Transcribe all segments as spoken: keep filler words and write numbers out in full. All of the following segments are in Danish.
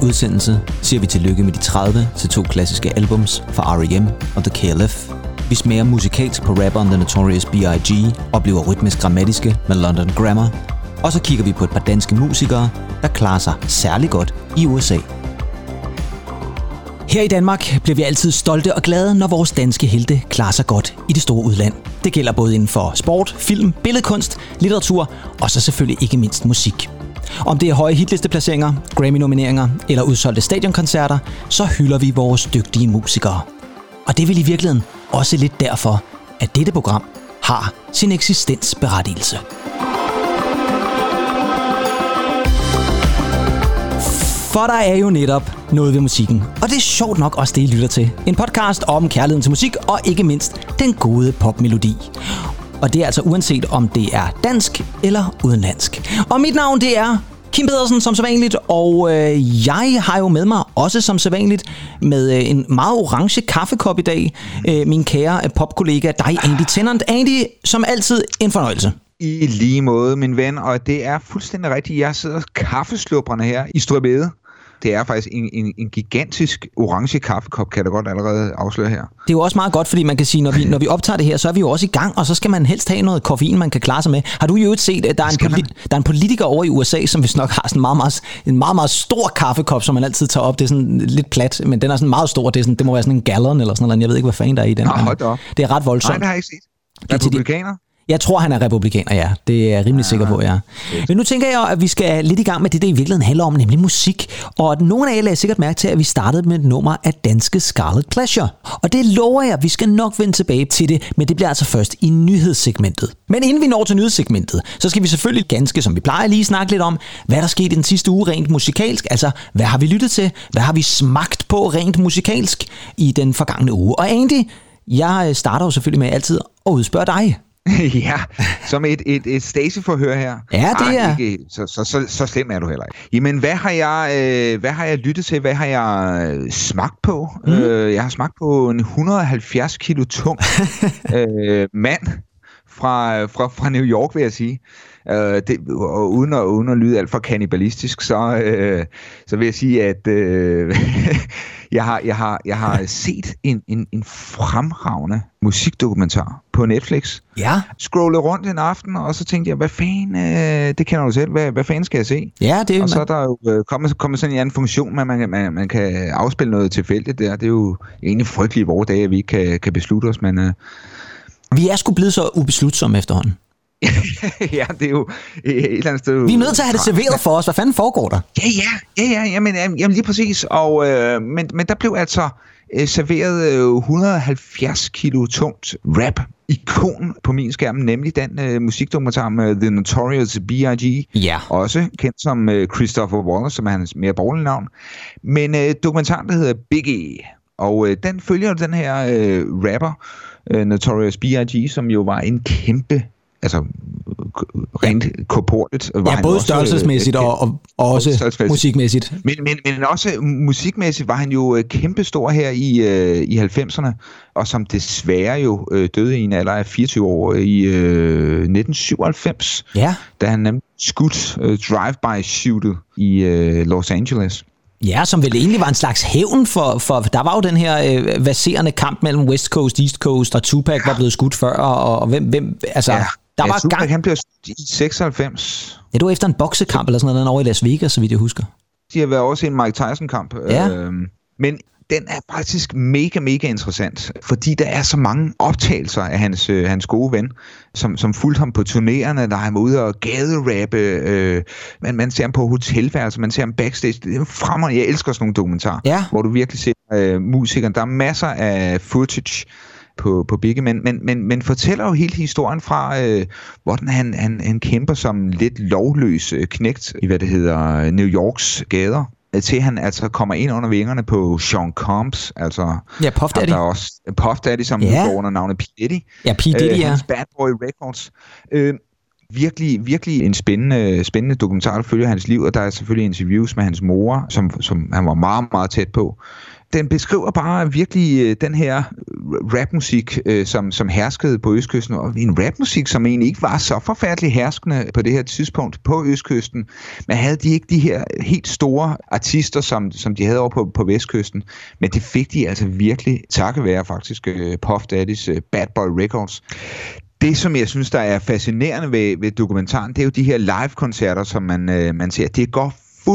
udsendelse siger vi tillykke med de tredive til to klassiske albums fra R E M og The K L F. Vi smager musikalsk på rapperen The Notorious B I G og bliver rytmisk grammatiske med London Grammar. Og så kigger vi på et par danske musikere, der klarer sig særlig godt i U S A. Her i Danmark bliver vi altid stolte og glade, når vores danske helte klarer sig godt i det store udland. Det gælder både inden for sport, film, billedkunst, litteratur og så selvfølgelig ikke mindst musik. Om det er høje hitlisteplaceringer, Grammy-nomineringer eller udsolgte stadionkoncerter, så hylder vi vores dygtige musikere. Og det er vel i virkeligheden også lidt derfor, at dette program har sin eksistensberettigelse. For der er jo netop noget ved musikken, og det er sjovt nok også det, I lytter til. En podcast om kærligheden til musik, og ikke mindst den gode popmelodi. Og det er altså uanset om det er dansk eller udenlandsk. Og mit navn det er Kim Pedersen som sædvanligt, og øh, jeg har jo med mig også som sædvanligt med øh, en meget orange kaffekop i dag. Øh, min kære øh, popkollega, dig Andy Tennant. Andy, som altid en fornøjelse. I lige måde, min ven, og det er fuldstændig rigtigt. Jeg sidder kaffeslubrende her i Strøbede. Det er faktisk en, en, en gigantisk orange kaffekop, kan jeg da godt allerede afsløre her. Det er jo også meget godt, fordi man kan sige, når vi, når vi optager det her, så er vi jo også i gang, og så skal man helst have noget koffein, man kan klare sig med. Har du jo ikke set, at der er, en politi- der er en politiker over i U S A, som vist nok har sådan en meget, meget, en meget, meget stor kaffekop, som man altid tager op. Det er sådan lidt plat, men den er sådan meget stor. Det, er sådan, det må være sådan en gallon eller sådan noget. Jeg ved ikke, hvad fanden der er i den. Nå, hold da op. Det er ret voldsomt. Nej, det har jeg ikke set. Republikaner? Jeg tror, han er republikaner, ja. Det er jeg rimelig ja, sikker på, ja. Men nu tænker jeg, at vi skal lidt i gang med det, det i virkeligheden handler om, nemlig musik. Og nogle af jer lagde sikkert mærke til, at vi startede med et nummer af danske Scarlet Pleasure. Og det lover jeg, vi skal nok vende tilbage til det, men det bliver altså først i nyhedssegmentet. Men inden vi når til nyhedssegmentet, så skal vi selvfølgelig ganske, som vi plejer, lige snakke lidt om, hvad der skete i den sidste uge rent musikalsk. Altså, hvad har vi lyttet til? Hvad har vi smagt på rent musikalsk i den forgangne uge? Og Andy, jeg starter jo selvfølgelig med altid at udspørge dig. Ja, som et, et, et Stasi-forhør her. Ja, det er. Ej, ikke, så, så, så, så slem er du heller ikke. Jamen, hvad har jeg, øh, hvad har jeg lyttet til? Hvad har jeg øh, smagt på? Mm. Øh, jeg har smagt på en et hundrede og halvfjerds kilo tung øh, mand fra, fra, fra New York, vil jeg sige. Øh, det, og uden at, uden at lyde alt for kannibalistisk, så, øh, så vil jeg sige, at øh, jeg, har, jeg, har, jeg har set en, en, en fremragende musikdokumentar på Netflix. Ja. Scrollede rundt en aften, og så tænkte jeg, hvad fanden, øh, det kender du selv, hvad, hvad fanden skal jeg se? Ja, det er og så er der jo øh, kommet, kommet sådan en anden funktion, at man, man, man kan afspille noget tilfældigt der. Det er jo egentlig frygteligt i vores dage, at vi ikke kan, kan beslutte os, men... Øh, vi er sgu blevet så ubeslutsomme efterhånden. Ja, det er jo et eller andet sted... Vi er nødt til at have det serveret for os. Hvad fanden foregår der? Ja, ja, ja, ja, jamen, jamen lige præcis. Og, øh, men, men der blev altså øh, serveret øh, et hundrede og halvfjerds kilo tungt rap-ikon på min skærm, nemlig den øh, musikdokumentar med The Notorious B I G Ja. Også kendt som øh, Christopher Wallace, som er hans mere borgerlige navn. Men øh, dokumentaren, der hedder Biggie, og øh, den følger den her øh, rapper, øh, Notorious B I G, som jo var en kæmpe... Altså, rent korporligt. Ja, både størrelsesmæssigt og, og, og også musikmæssigt. Men, men, men også musikmæssigt var han jo kæmpestor her i, øh, i halvfemserne, og som desværre jo øh, døde i en alder af fireogtyve år i øh, nitten syvoghalvfems, ja. Da han nemlig skudt øh, drive-by-shootet i øh, Los Angeles. Ja, som vel egentlig var en slags hævn for, for der var jo den her øh, verserende kamp mellem West Coast, East Coast, og Tupac var blevet skudt før, og, og hvem, hvem, altså... Ja. Der ja, var Tupac, gang... han blev i seksoghalvfems. Ja, det var efter en boksekamp eller sådan noget over i Las Vegas, så vidt jeg husker. De har været også i en Mike Tyson-kamp. Ja. Øhm, men den er faktisk mega, mega interessant, fordi der er så mange optagelser af hans, øh, hans gode ven, som, som fulgte ham på turnererne, der han var ude og gaderappe. Øh, man, man ser ham på hotelværelser, man ser ham backstage. Det er fremragende. Jeg elsker sådan nogle dokumentarer, ja. Hvor du virkelig ser øh, musikeren. Der er masser af footage på, på Biggie, men, men, men, men fortæller jo hele historien fra, øh, hvordan han, han, han kæmper som lidt lovløs øh, knægt i, hvad det hedder, New Yorks gader, til han altså kommer ind under vingerne på Sean Combs, altså ja, Puff Daddy. Der også Puff Daddy, som ja. går under navnet P. Diddy. Ja, P. Diddy, øh, ja. Hans Bad Boy Records. Øh, virkelig, virkelig en spændende, spændende dokumentar, der følger hans liv, og der er selvfølgelig interviews med hans mor, som, som han var meget, meget tæt på. den beskriver bare virkelig øh, den her rapmusik, øh, som, som herskede på Østkysten, og en rapmusik, som egentlig ikke var så forfærdelig herskende på det her tidspunkt på Østkysten, men havde de ikke de her helt store artister, som, som de havde over på, på Vestkysten, men det fik de altså virkelig takket være faktisk øh, Puff Daddy's øh, Bad Boy Records. Det, som jeg synes, der er fascinerende ved, ved dokumentaren, det er jo de her live-koncerter, som man, øh, man ser. Det går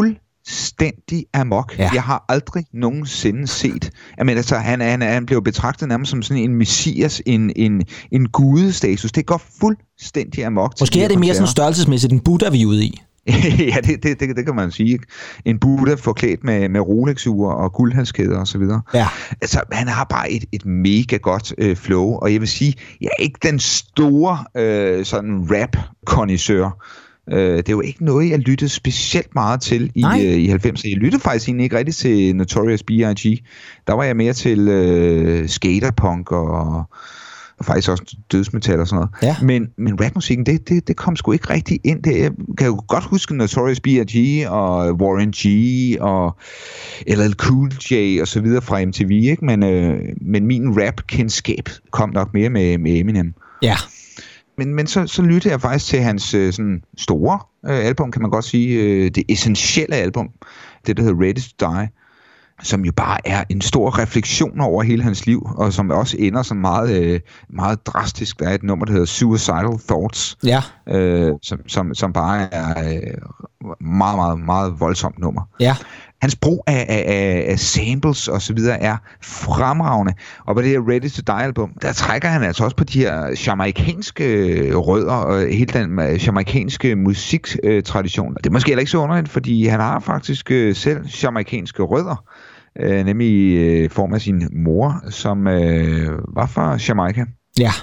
fuldstændig amok. Ja. Jeg har aldrig nogensinde set. Jeg mener, altså, han, han, han blev betragtet nærmest som sådan en messias, en, en, en gudestatus. Det går fuldstændig amok. Måske er det mere sådan størrelsesmæssigt en Buddha, vi er ude i. Ja, det, det, det, det kan man sige. En Buddha forklædt med, med Rolex-ure og guldhalskæder og så videre. Ja. Altså, han har bare et, et mega godt øh, flow, og jeg vil sige, jeg er ikke den store øh, sådan rap-kondisseur. Uh, det er jo ikke noget, jeg lyttede specielt meget til i, uh, i halvfemserne. Jeg lyttede faktisk egentlig ikke rigtig til Notorious B I G Der var jeg mere til uh, skaterpunk og, og faktisk også dødsmetal og sådan noget. Ja. Men, men rapmusikken, det, det, det kom sgu ikke rigtig ind. Det, jeg kan jo godt huske Notorious B I G og Warren G og L L Cool J og så videre fra M T V, ikke? Men, uh, men min rap-kendskab kom nok mere med, med Eminem. Ja. Men, men så, så lyttede jeg faktisk til hans øh, sådan store øh, album, kan man godt sige. Øh, det essentielle album, det der hedder Ready to Die, som jo bare er en stor refleksion over hele hans liv, og som også ender sådan meget, øh, meget drastisk. Der er et nummer, der hedder Suicidal Thoughts, ja. øh, som, som, som bare er øh, meget, meget, meget voldsomt nummer. Ja. Hans brug af, af, af samples og så videre er fremragende. Og på det her Ready to Die-album, der trækker han altså også på de her jamaikanske rødder og hele den jamaikanske musiktradition. Det er måske heller ikke så underligt, fordi han har faktisk selv jamaikanske rødder, nemlig i form af sin mor, som var fra Jamaica. Ja.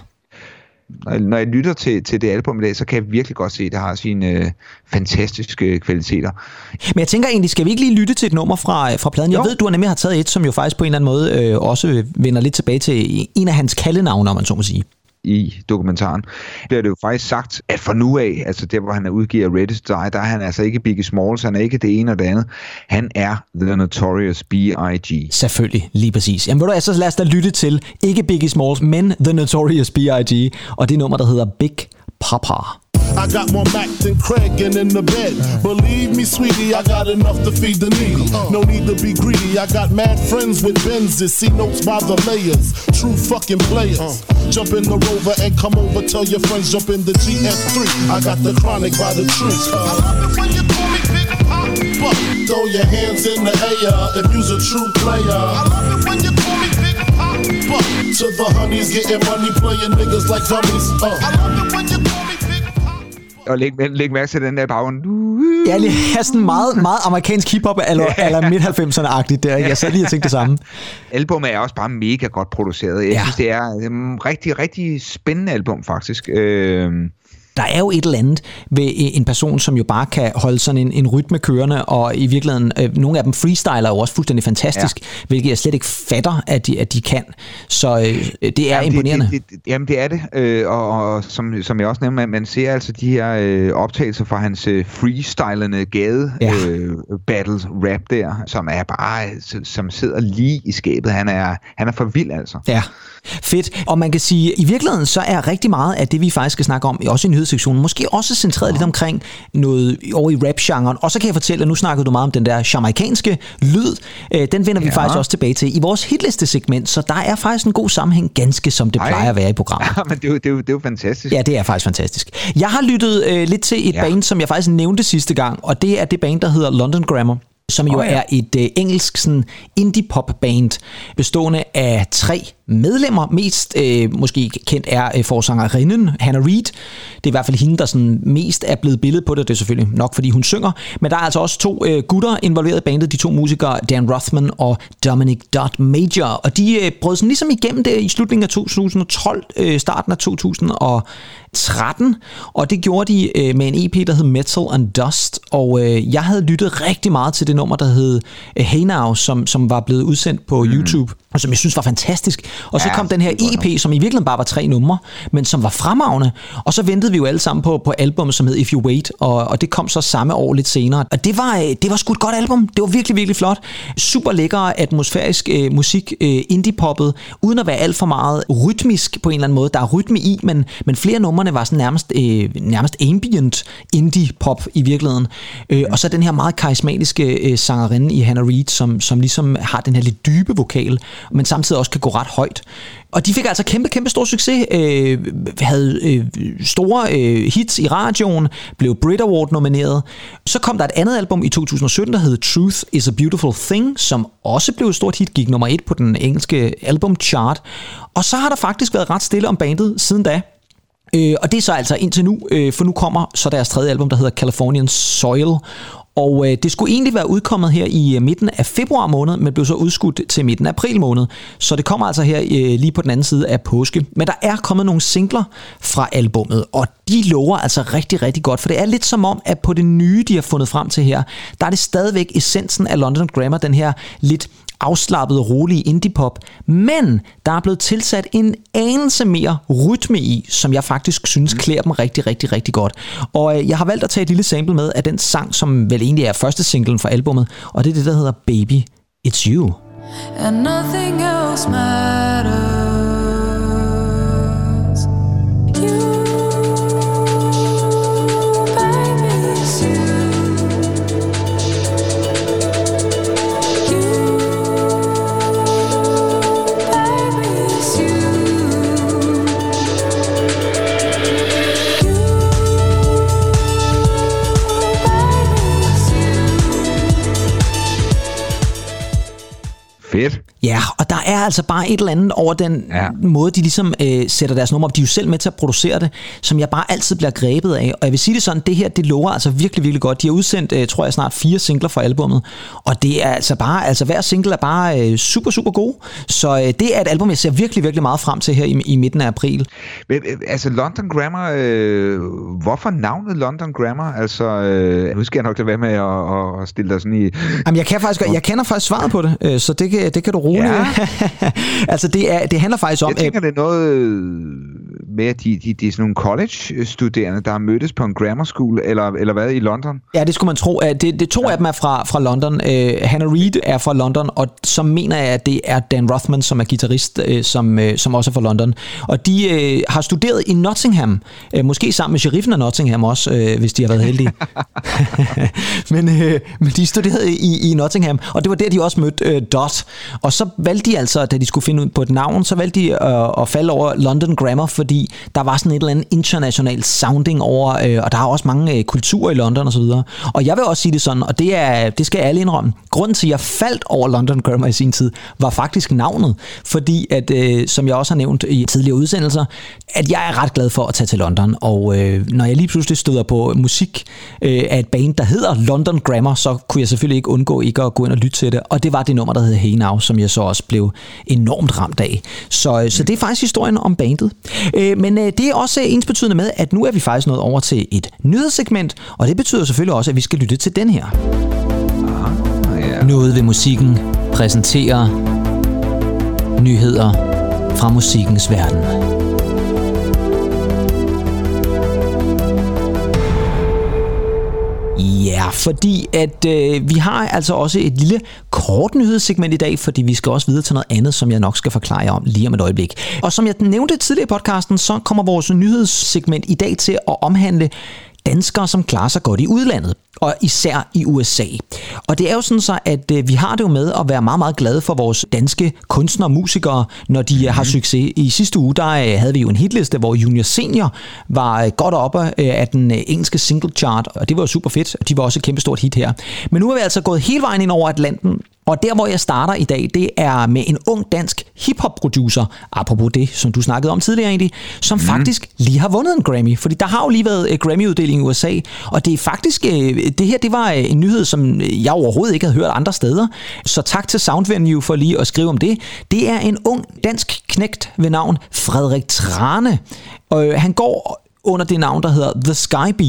Når jeg lytter til, til det album i dag, så kan jeg virkelig godt se, at det har sine øh, fantastiske kvaliteter. Men jeg tænker egentlig, skal vi ikke lige lytte til et nummer fra, fra pladen? Jeg jo. ved, du har nemlig har taget et, som jo faktisk på en eller anden måde øh, også vender lidt tilbage til en af hans kaldenavne, om man så må sige. I dokumentaren bliver det jo faktisk sagt, at for nu af, altså der hvor han er udgiver Ready to Die, der er han altså ikke Biggie Smalls, han er ikke det ene og det andet. Han er The Notorious B I G Selvfølgelig, lige præcis. Jamen ved du hvad, så lad os da lytte til, ikke Biggie Smalls, men The Notorious B I G og det nummer, der hedder Big Papa. I got more Mac than Craig and in the bed. Believe me, sweetie, I got enough to feed the needy. No need to be greedy. I got mad friends with Benzes. See notes by the layers. True fucking players. Jump in the Rover and come over. Tell your friends jump in the G S three. I got the chronic by the tree. I love it when you call me Big Papa. Throw your hands in the air if you's a true player. I love it when you call me Big Papa. To the honeys getting money, playing niggas like dummies. Uh. I love it when you call me Big Papa. Og læg, læg mærke til den der baggrund. Ja, det er sådan meget, meget amerikansk hiphop eller, eller midt halvfemserne-agtigt der. Jeg sad lige og tænkte det samme. Albummet er også bare mega godt produceret. Jeg ja. synes, det er et rigtig, rigtig spændende album, faktisk. Øh... Der er jo et eller andet ved en person, som jo bare kan holde sådan en, en rytme kørende, og i virkeligheden, øh, nogle af dem freestyler jo også fuldstændig fantastisk, ja. hvilket jeg slet ikke fatter, at de, at de kan. Så øh, det er jamen, imponerende. Det, det, jamen det er det, øh, og, og som, som jeg også nævnte, man, man ser altså de her øh, optagelser fra hans øh, freestylende gade ja. øh, battles rap der, som er bare, som sidder lige i skabet. Han er, han er for vild altså. Ja. Fedt. Og man kan sige, at i virkeligheden så er rigtig meget af det, vi faktisk skal snakke om, også i nyhedssektionen, måske også centreret ja. lidt omkring noget over i rap-genren. Og så kan jeg fortælle, at nu snakkede du meget om den der jamaikanske lyd. Den vender ja. vi faktisk også tilbage til i vores hitliste-segment, så der er faktisk en god sammenhæng, ganske som det Ej. plejer at være i programmet. Ja, men det er, jo, det, er jo, det er jo fantastisk. Ja, det er faktisk fantastisk. Jeg har lyttet øh, lidt til et ja. band, som jeg faktisk nævnte sidste gang, og det er det band, der hedder London Grammar, som jo oh, ja. er et øh, engelsk sådan indie-pop-band, bestående af tre medlemmer. Mest øh, måske kendt er øh, forsangerinden Hannah Reid. Det er i hvert fald hende, der sådan mest er blevet billedet på det. Det er selvfølgelig nok, fordi hun synger. Men der er altså også to øh, gutter involveret i bandet. De to musikere, Dan Rothman og Dominic Dot Major. Og de øh, brød sådan ligesom igennem det i slutningen af to tusind og tolv, øh, starten af to tusind og tretten. Og det gjorde de øh, med en E P, der hed Metal and Dust. Og øh, jeg havde lyttet rigtig meget til det nummer, der hed Hey Now, som, som var blevet udsendt på mm. YouTube. og som jeg synes var fantastisk. Og så ja, kom den her E P, som i virkeligheden bare var tre numre, men som var fremragende. Og så ventede vi jo alle sammen på, på album, som hed If You Wait, og, og det kom så samme år lidt senere. Og det var, det var sgu et godt album. Det var virkelig, virkelig flot. Super lækker, atmosfærisk øh, musik, øh, indie-poppet, uden at være alt for meget rytmisk på en eller anden måde. Der er rytme i, men, men flere numrene var sådan nærmest, øh, nærmest ambient indie-pop i virkeligheden. Øh, og så den her meget karismatiske øh, sangerinde i Hannah Reid, som, som ligesom har den her lidt dybe vokal, men samtidig også kan gå ret højt. Og de fik altså kæmpe, kæmpe stor succes, øh, havde øh, store øh, hits i radioen, blev Brit Award nomineret. Så kom der et andet album i to tusind og sytten, der hed Truth is a Beautiful Thing, som også blev et stort hit, gik nummer et på den engelske albumchart. Og så har der faktisk været ret stille om bandet siden da. Øh, og det er så altså indtil nu, øh, for nu kommer så deres tredje album, der hedder Californian Soil. Og øh, det skulle egentlig være udkommet her i øh, midten af februar måned, men blev så udskudt til midten af april måned. Så det kommer altså her øh, lige på den anden side af påske. Men der er kommet nogle singler fra albummet, og de lover altså rigtig, rigtig godt. For det er lidt som om, at på det nye, de har fundet frem til her, der er det stadigvæk essensen af London Grammar, den her lidt afslappet, rolige indie-pop, men der er blevet tilsat en anelse mere rytme i, som jeg faktisk synes klæder dem rigtig, rigtig, rigtig godt. Og øh, jeg har valgt at tage et lille sample med af den sang, som vel egentlig er første singlen fra albummet, og det er det, der hedder Baby, It's You. And nothing else matters. You Fedt. Ja, og der er altså bare et eller andet over den ja. måde, de ligesom øh, sætter deres nummer op. De er jo selv med til at producere det, som jeg bare altid bliver grebet af. Og jeg vil sige det sådan, det her, det lover altså virkelig, virkelig godt. De har udsendt, øh, tror jeg, snart fire singler fra albummet. Og det er altså bare, altså hver single er bare øh, super, super god. Så øh, det er et album, jeg ser virkelig, virkelig meget frem til her i, i midten af april. Men, altså London Grammar, øh, hvorfor navnet London Grammar? Altså, øh, nu skal jeg nok lade være med at, at stille dig sådan i... Jamen, jeg, kan faktisk, jeg kender faktisk svaret på det, øh, så det kan, det kan du roligt. Ja. altså, det, er, det handler faktisk om... Jeg tænker, det er noget med, at de, de, de er sådan nogle college-studerende, der har mødtes på en grammar school, eller, eller hvad, i London? Ja, det skulle man tro. Det, det to ja. af dem er fra, fra London. Uh, Hannah Reid er fra London, og så mener jeg, at det er Dan Rothman, som er guitarist, uh, som, uh, som også er fra London. Og de uh, har studeret i Nottingham. Uh, måske sammen med sheriffen af Nottingham også, uh, hvis de har været heldige. men, uh, men de studerede i, i Nottingham, og det var der, de også mødte uh, Dot. Og så valgte de altså, da de skulle finde ud på et navn, så valgte de uh, at falde over London Grammar, fordi der var sådan et eller andet internationalt sounding over, uh, og der er også mange uh, kulturer i London og så videre. Og jeg vil også sige det sådan, og det, er, det skal alle indrømme. Grunden til, at jeg faldt over London Grammar i sin tid, var faktisk navnet. Fordi, at, uh, som jeg også har nævnt i tidligere udsendelser, at jeg er ret glad for at tage til London. Og uh, når jeg lige pludselig støder på musik uh, af et band, der hedder London Grammar, så kunne jeg selvfølgelig ikke undgå ikke at gå ind og lytte til det. Og det var det nummer, der hedder Hey Now, som jeg så også blev enormt ramt af. Så, så det er faktisk historien om bandet. Øh, men øh, det er også ensbetydende med, at nu er vi faktisk nået over til et nyhedssegment, og det betyder selvfølgelig også, at vi skal lytte til den her. Ah, ja. Noget ved musikken præsenterer nyheder fra musikkens verden. Ja, fordi at øh, vi har altså også et lille kort nyhedssegment i dag, fordi vi skal også videre til noget andet, som jeg nok skal forklare jer om lige om et øjeblik. Og som jeg nævnte tidligere i podcasten, så kommer vores nyhedssegment i dag til at omhandle danskere, som klarer sig godt i udlandet, og især i U S A. Og det er jo sådan så, at øh, vi har det jo med at være meget, meget glade for vores danske kunstnere og musikere, når de mm-hmm. har succes. I sidste uge, der øh, havde vi jo en hitliste, hvor Junior Senior var øh, godt oppe øh, af den øh, engelske single chart, og det var jo super fedt, og de var også et kæmpe stort hit her. Men nu er vi altså gået hele vejen ind over Atlanten, og der, hvor jeg starter i dag, det er med en ung dansk hip-hop-producer, apropos det, som du snakkede om tidligere egentlig, som mm. faktisk lige har vundet en Grammy. Fordi der har jo lige været uh, Grammy-uddeling i U S A, og det er faktisk, uh, det her, det var uh, en nyhed, som jeg overhovedet ikke havde hørt andre steder. Så tak til Soundvenue for lige at skrive om det. Det er en ung dansk knægt ved navn Frederik Trane, og uh, han går under det navn, der hedder The Sky Beats.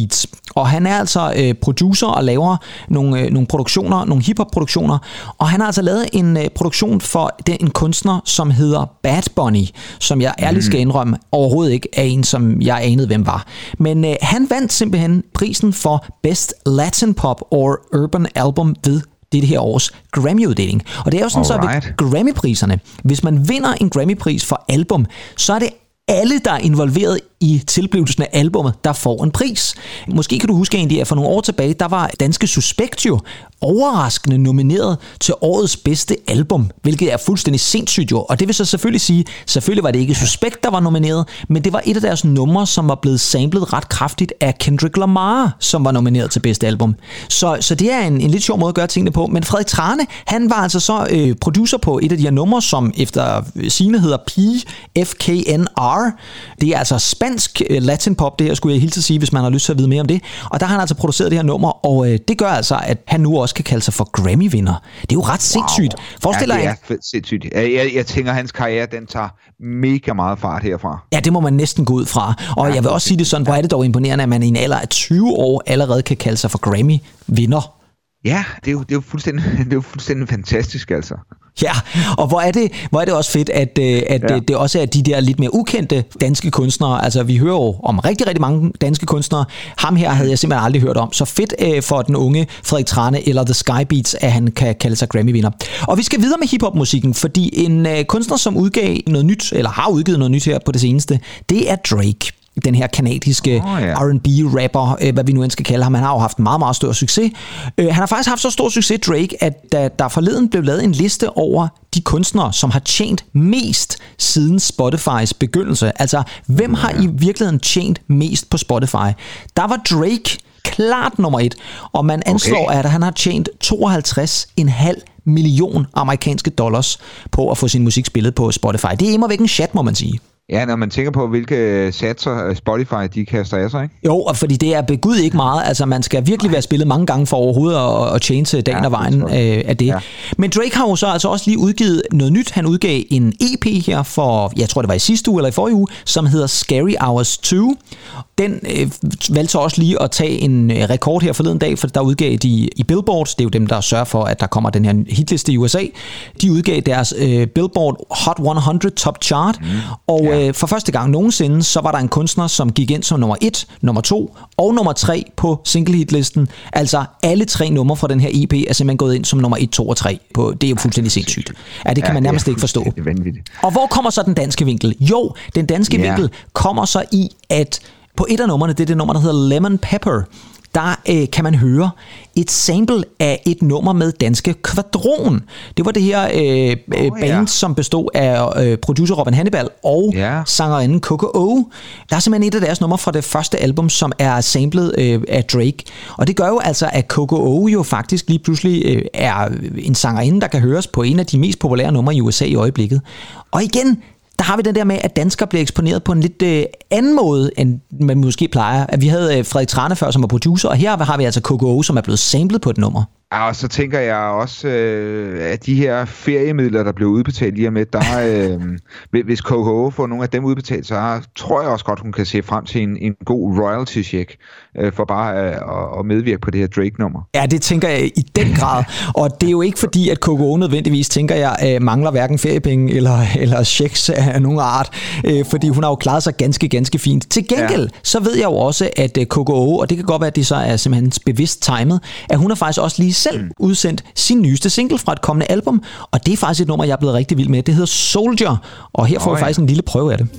Og han er altså øh, producer og laver nogle, øh, nogle produktioner, nogle hiphop-produktioner. Og han har altså lavet en øh, produktion for den, en kunstner, som hedder Bad Bunny, som jeg ærligt skal indrømme overhovedet ikke er en, som jeg anede, hvem var. Men øh, han vandt simpelthen prisen for Best Latin Pop or Urban Album ved det her års Grammy-uddeling. Og det er jo sådan, Alright. så ved Grammy-priserne, hvis man vinder en Grammy-pris for album, så er det alle, der er involveret i tilblivelsen af albummet, der får en pris. Måske kan du huske egentlig, at for nogle år tilbage, der var danske Suspekt jo overraskende nomineret til årets bedste album, hvilket er fuldstændig sindssygt jo. Og det vil så selvfølgelig sige, selvfølgelig var det ikke Suspekt, der var nomineret, men det var et af deres numre, som var blevet samlet ret kraftigt af Kendrick Lamar, som var nomineret til bedste album. Så, så det er en, en lidt sjov måde at gøre tingene på. Men Frederik Thrane, han var altså så øh, producer på et af de her numre, som efter sigende hedder P F K N R. Det er altså spansk øh, latin pop, det her skulle jeg hilse at sige, hvis man har lyst til at vide mere om det. Og der har han altså produceret det her nummer, og øh, det gør altså, at han nu også kan kalde sig for Grammy-vinder. Det er jo ret wow. sindssygt. Forestil dig, ja, det er sindssygt. Jeg, jeg, jeg tænker, at hans karriere, den tager mega meget fart herfra. Ja, det må man næsten gå ud fra. Og ja, jeg vil også sige det sådan, hvor er det dog imponerende, at man i en alder af tyve år allerede kan kalde sig for Grammy-vinder. Ja, det er jo, det er jo fuldstændig, det er jo fuldstændig fantastisk, altså. Ja, og hvor er det, hvor er det også fedt, at, at ja. det også er de der lidt mere ukendte danske kunstnere. Altså, vi hører jo om rigtig, rigtig mange danske kunstnere. Ham her havde jeg simpelthen aldrig hørt om. Så fedt øh, for den unge Frederik Thrane eller The Skybeats, at han kan kalde sig Grammy-vinder. Og vi skal videre med hiphop-musikken, fordi en øh, kunstner, som udgav noget nyt, eller har udgivet noget nyt her på det seneste, det er Drake. Den her kanadiske oh, yeah. R and B-rapper, øh, hvad vi nu end skal kalde ham. Han har jo haft meget, meget stor succes. Øh, han har faktisk haft så stor succes, Drake, at da der forleden blev lavet en liste over de kunstnere, som har tjent mest siden Spotifys begyndelse. Altså, hvem har i virkeligheden tjent mest på Spotify? Der var Drake klart nummer et, og man anslår, okay. at han har tjent tooghalvtreds komma fem million amerikanske dollars på at få sin musik spillet på Spotify. Det er immervæk en chat, må man sige. Ja, når man tænker på, hvilke satser Spotify de kaster af sig, ikke? Jo, og fordi det er begud ikke meget. Altså, man skal virkelig være spillet mange gange for overhovedet at, at tjene til dagen ja, og vejen øh, af det. Ja. Men Drake har jo så altså også lige udgivet noget nyt. Han udgav en E P her for, jeg tror det var i sidste uge eller i forrige uge, som hedder Scary Hours to. Den øh, valgte så også lige at tage en øh, rekord her forleden dag, for der udgav de i Billboard, det er jo dem, der sørger for, at der kommer den her hitliste i U S A, de udgav deres øh, Billboard Hot hundrede Top Chart, mm. og ja. øh, for første gang nogensinde, så var der en kunstner, som gik ind som nummer et, nummer to og nummer tre på single hitlisten. Altså alle tre numre fra den her E P er simpelthen gået ind som nummer et, to og tre. På, det er jo fuldstændig sindssygt. Ja, det kan ja, man nærmest ikke forstå. Og hvor kommer så den danske vinkel? Jo, den danske yeah. vinkel kommer så i, at på et af numrene, det er det nummer, der hedder Lemon Pepper, der øh, kan man høre et sample af et nummer med Danske Kvadron. Det var det her øh, oh, band, yeah. som bestod af øh, producer Robin Hannibal og yeah. sangerinden Coco O. Der er simpelthen et af deres numre fra det første album, som er samlet øh, af Drake. Og det gør jo altså, at Coco O jo faktisk lige pludselig øh, er en sangerinde, der kan høres på en af de mest populære numre i U S A i øjeblikket. Og igen, der har vi den der med, at danskere bliver eksponeret på en lidt øh, anden måde, end man måske plejer. At vi havde øh, Frederik Thrane før, som var producer, og her har vi altså Coco O, som er blevet samlet på et nummer. Ja, og så tænker jeg også, øh, at de her feriemidler, der blev udbetalt lige med, der øh, hvis Coco O får nogle af dem udbetalt, så tror jeg også godt, hun kan se frem til en, en god royalty-check øh, for bare øh, at, at medvirke på det her Drake-nummer. Ja, det tænker jeg i den grad. Og det er jo ikke fordi, at Coco O nødvendigvis, tænker jeg, øh, mangler hverken feriepenge eller, eller checks af nogen art, øh, fordi hun har jo klaret sig ganske, ganske fint. Til gengæld, ja. så ved jeg jo også, at øh, Coco O, og det kan godt være, at det så er simpelthen bevidst timet, at hun har faktisk også lige selv mm. udsendt sin nyeste single fra et kommende album, og det er faktisk et nummer, jeg er blevet rigtig vild med. Det hedder Soldier, og her får oh, vi faktisk ja. en lille prøve af det.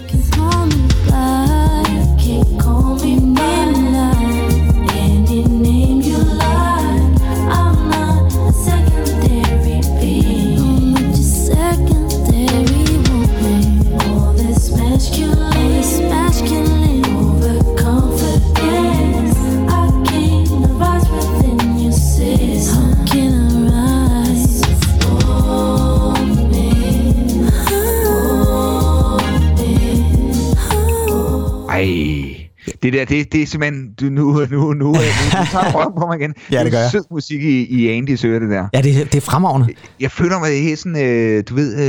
Det der, det, det er simpelthen, du, nu, nu, nu, nu, nu tager røven på mig igen. Ja, det gør jeg. Sød musik i, i Andys øre, det der. Ja, det, det er fremragende. Jeg føler mig helt sådan, øh, du ved,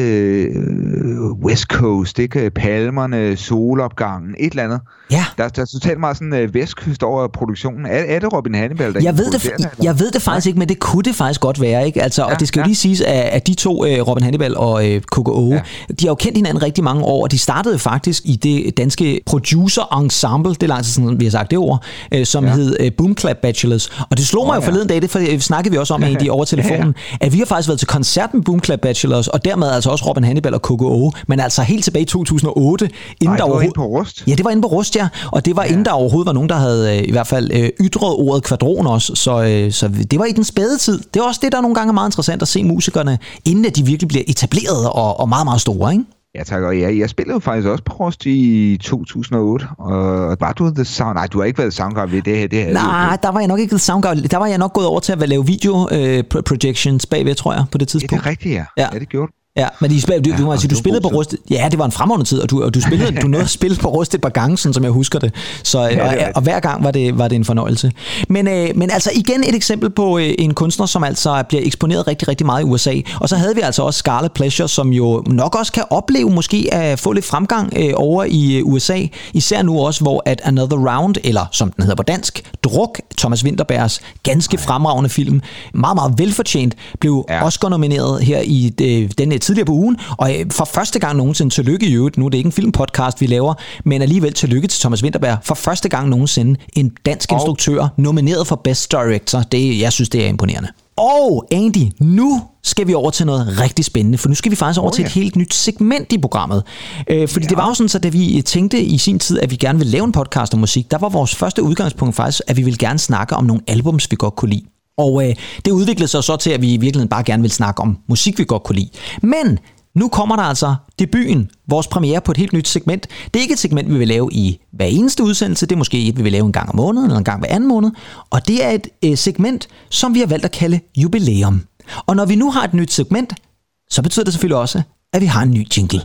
øh, West Coast, ikke? Palmerne, solopgangen, et eller andet. Ja. Der, der er totalt meget sådan øh, vestkyst over produktionen. Er, er det Robin Hannibal, der jeg ved det, det Jeg ved det faktisk ikke, men det kunne det faktisk godt være, ikke? Altså, ja, og det skal jo ja. lige siges, at, at de to, øh, Robin Hannibal og øh, K K O, ja. de har jo kendt hinanden rigtig mange år, og de startede faktisk i det danske producer ensemble, det er lang tid siden, vi har sagt det ord, øh, som ja. hed øh, Boom Clap Bachelors. Og det slog oh, mig jo forleden ja. dag, det for, øh, snakkede vi også om egentlig over telefonen, ja, ja. at vi har faktisk været til koncert med Boom Clap Bachelors, og dermed altså også Robin Hannibal og K K O, men altså helt tilbage i to tusind og otte. Inden Nej, det var inde på Rust. Ja, det var inde på Rust, ja. Og det var ja. inden der overhovedet var nogen, der havde øh, i hvert fald øh, ytret ordet kvadron også, så, øh, så det var i den spæde tid. Det er også det, der er nogle gange meget interessant at se musikerne, inden at de virkelig bliver etableret og, og meget, meget store, ikke? Ja, tak. Og ja, jeg spillede jo faktisk også på Rust i to tusind og otte. Og var du The Sound? Nej, du har ikke været soundguard ved det her. Det her Nej, der var jeg nok ikke soundguard. Der var jeg nok gået over til at lave video øh, projections bagved, tror jeg, på det tidspunkt. Ja, det er rigtigt, ja. Ja, ja det gjorde du. Ja, men de, du, ja, du, altså, du spillede på Rust. Ja, det var en fremragende tid, og du, og du spillede, du nåede at spille på Rust et par gange, sådan som jeg husker det. Så, ja, og, og hver gang var det, var det en fornøjelse. Men, øh, men altså igen et eksempel på øh, en kunstner, som altså bliver eksponeret rigtig, rigtig meget i U S A. Og så havde vi altså også Scarlet Pleasure, som jo nok også kan opleve måske at få lidt fremgang øh, over i øh, U S A. Især nu også, hvor at Another Round, eller som den hedder på dansk, Druk, Thomas Vinterbergs ganske Ej. fremragende film, meget, meget velfortjent, blev ja. Oscar-nomineret her i øh, den tidligere på ugen. Og for første gang nogensinde, tillykke i øvrigt, nu er det ikke en filmpodcast, vi laver, men alligevel tillykke til Thomas Vinterberg, for første gang nogensinde en dansk instruktør nomineret for Best Director. Det, jeg synes, det er imponerende. Og Andy, nu skal vi over til noget rigtig spændende, for nu skal vi faktisk over oh, til et helt nyt segment i programmet. Øh, fordi ja. det var jo sådan, så da vi tænkte i sin tid, at vi gerne ville lave en podcast om musik, der var vores første udgangspunkt faktisk, at vi ville gerne snakke om nogle albums, vi godt kunne lide. Og øh, det udviklede sig så til, at vi i virkeligheden bare gerne vil snakke om musik, vi godt kunne lide. Men nu kommer der altså debuten, vores premiere på et helt nyt segment. Det er ikke et segment, vi vil lave i hver eneste udsendelse. Det er måske et, vi vil lave en gang om måneden, eller en gang hver anden måned. Og det er et øh, segment, som vi har valgt at kalde jubilæum. Og når vi nu har et nyt segment, så betyder det selvfølgelig også, at vi har en ny jingle.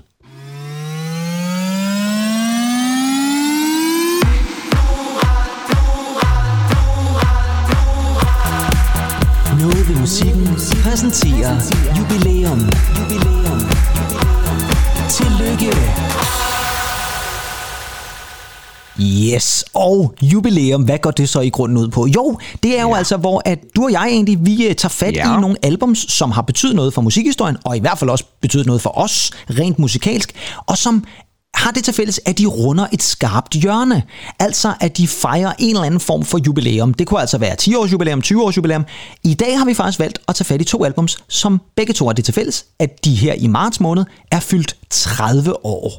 Noget ved musikken præsenterer jubilæum. Jubilæum. Tillykke. Yes, og jubilæum, hvad går det så i grunden ud på? Jo, det er jo ja. altså, hvor at du og jeg egentlig, vi tager fat ja. i nogle albums, som har betydet noget for musikhistorien, og i hvert fald også betydet noget for os, rent musikalsk, og som har det til fælles, at de runder et skarpt hjørne. Altså, at de fejrer en eller anden form for jubilæum. Det kunne altså være ti års jubilæum, tyve års jubilæum. I dag har vi faktisk valgt at tage fat i to albums, som begge to har det til fælles, at de her i marts måned er fyldt tredive år.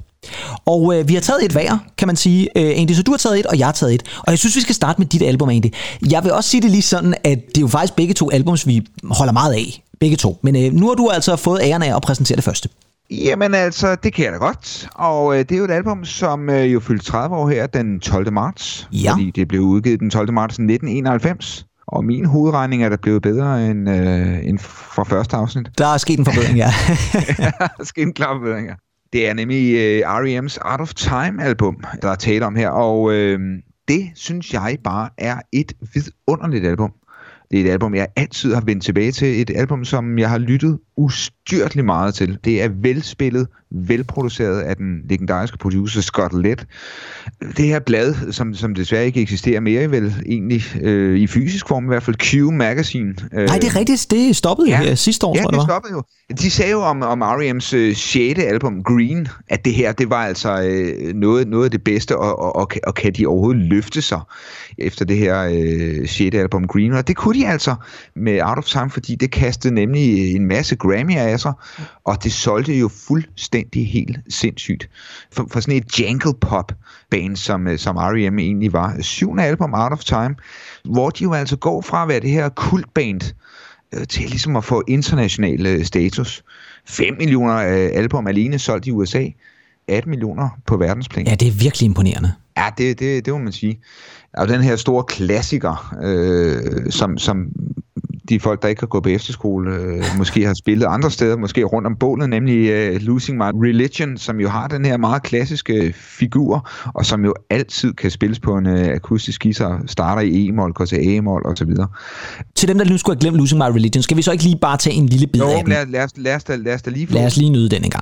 Og øh, vi har taget et hver, kan man sige. Øh, Andy, så du har taget et, og jeg har taget et. Og jeg synes, vi skal starte med dit album, Andy. Jeg vil også sige det lige sådan, at det er jo faktisk begge to albums, vi holder meget af. Begge to. Men øh, nu har du altså fået æren af at præsentere det første. Jamen altså, det kan jeg da godt. Og øh, det er jo et album, som øh, jo fyldte tredive år her den tolvte marts. Ja. Fordi det blev udgivet den tolvte marts nitten enoghalvfems. Og min hovedregning er der blevet bedre end, øh, end fra første afsnit. Der er sket en forbedring, ja. Der er sket en klar forbedring, ja. Det er nemlig øh, R E M's Art of Time album, der er tale om her. Og øh, det synes jeg bare er et vidunderligt album. Det er et album, jeg altid har vendt tilbage til. Et album, som jeg har lyttet ustyrtelig meget til. Det er velspillet, velproduceret af den legendariske producer Scott Lett. Det her blad, som, som desværre ikke eksisterer mere, vel egentlig øh, i fysisk form, i hvert fald Q Magazine. Øh, Nej, det er rigtigt. Det stoppede jo ja, sidste år, ja, tror jeg, det var. stoppede jo. De sagde jo om, om R E M's øh, sjette album, Green, at det her, det var altså øh, noget, noget af det bedste, og, og, og, og kan de overhovedet løfte sig efter det her øh, sjette album, Green. Og det kunne de altså med Out of Time, fordi det kastede nemlig en masse Grammy'er af sig, og det solgte jo fuldstændig helt sindssygt. For, for sådan et jangle pop band, som, som R E M egentlig var. Syvende album, Out of Time, hvor de jo altså går fra at være det her kultband øh, til ligesom at få international øh, status. fem millioner øh, album alene solgt i U S A, atten millioner på verdensplan. Ja, det er virkelig imponerende. Ja, det, det, det må man sige. Og den her store klassiker, øh, som, som de folk, der ikke har gået på efterskole, øh, måske har spillet andre steder, måske rundt om bålet, nemlig øh, Losing My Religion, som jo har den her meget klassiske figur, og som jo altid kan spilles på en øh, akustisk guitar, starter i E-mol, går til A-mol og så videre. Til dem, der nu skulle have glemt Losing My Religion, skal vi så ikke lige bare tage en lille bid jo, af den? Lad, lad, os, lad, os da, lad os da lige få. Lad os lige nyde den en gang.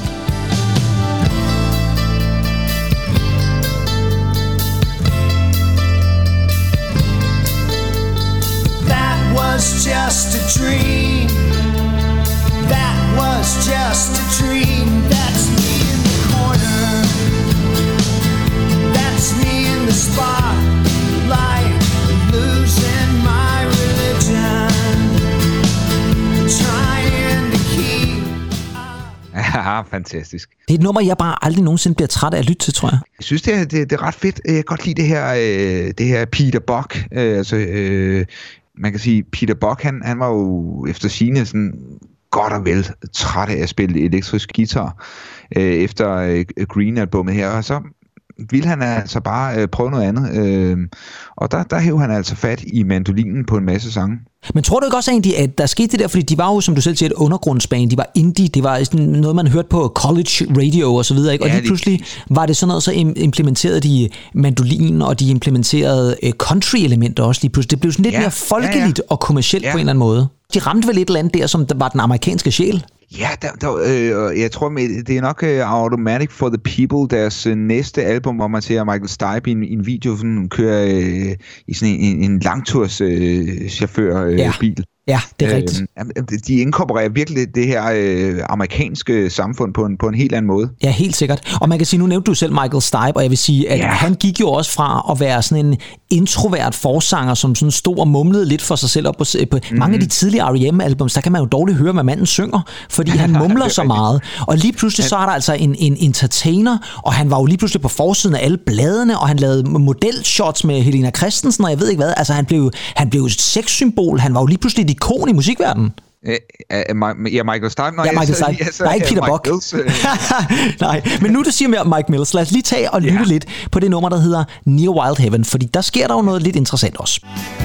Was just a dream. That was just a dream. That's me in the corner. That's me in the spotlight, losing my religion, trying to keep. Ja, fantastisk. Det er et nummer, jeg bare aldrig nogensinde bliver træt af at lytte til, tror jeg. Jeg synes, det er, det, det er ret fedt. Jeg kan godt lide det her, øh, det her Peter Buck. Øh, altså, øh, man kan sige, Peter Buck, han, han var jo efter sigende sådan godt og vel træt af at spille elektrisk guitar øh, efter øh, Green-albummet her, og så ville han altså bare øh, prøve noget andet. Øh, og der, der hævde han altså fat i mandolinen på en masse sange. Men tror du ikke også egentlig, at der skete det der, fordi de var jo, som du selv siger, et undergrundsband, de var indie, det var sådan noget, man hørte på college radio og så videre, ikke? Og ja, lige pludselig var det sådan noget, så implementerede de mandolinen, og de implementerede øh, country-elementer også lige pludselig. Det blev sådan lidt ja, mere folkeligt ja, ja. og kommercielt ja. på en eller anden måde. De ramte vel et eller andet der, som der var den amerikanske sjæl? Ja, der, der, øh, jeg tror, det er nok uh, Automatic for the People, deres uh, næste album, hvor man ser Michael Stipe i en, en video, sådan kører uh, i sådan en, en langturschauffør uh, ja. bil. Ja, det er rigtigt. Øh, de inkorporerer virkelig det her øh, amerikanske samfund på en, på en helt anden måde. Ja, helt sikkert. Og man kan sige, nu nævnte du selv Michael Stipe, og jeg vil sige, at ja. han gik jo også fra at være sådan en introvert forsanger, som sådan stod og mumlede lidt for sig selv. Og på, på mm-hmm. mange af de tidlige R E M-albums, der kan man jo dårligt høre, hvad manden synger, fordi han mumler så meget. Og lige pludselig så er der altså en, en entertainer, og han var jo lige pludselig på forsiden af alle bladene, og han lavede modelshots med Helena Christensen, og jeg ved ikke hvad. Altså han blev, han blev et sexsymbol, han var jo lige pludselig et ikon i musikverdenen. Uh, uh, ja, Michael Stipe. Ja, Michael Stipe. Ja, nej, ikke Peter Buck. Nej, men nu du siger mere Mike Mills, lad os lige tage og lytte yeah. lidt på det nummer, der hedder Near Wild Heaven, fordi der sker der jo noget lidt interessant også.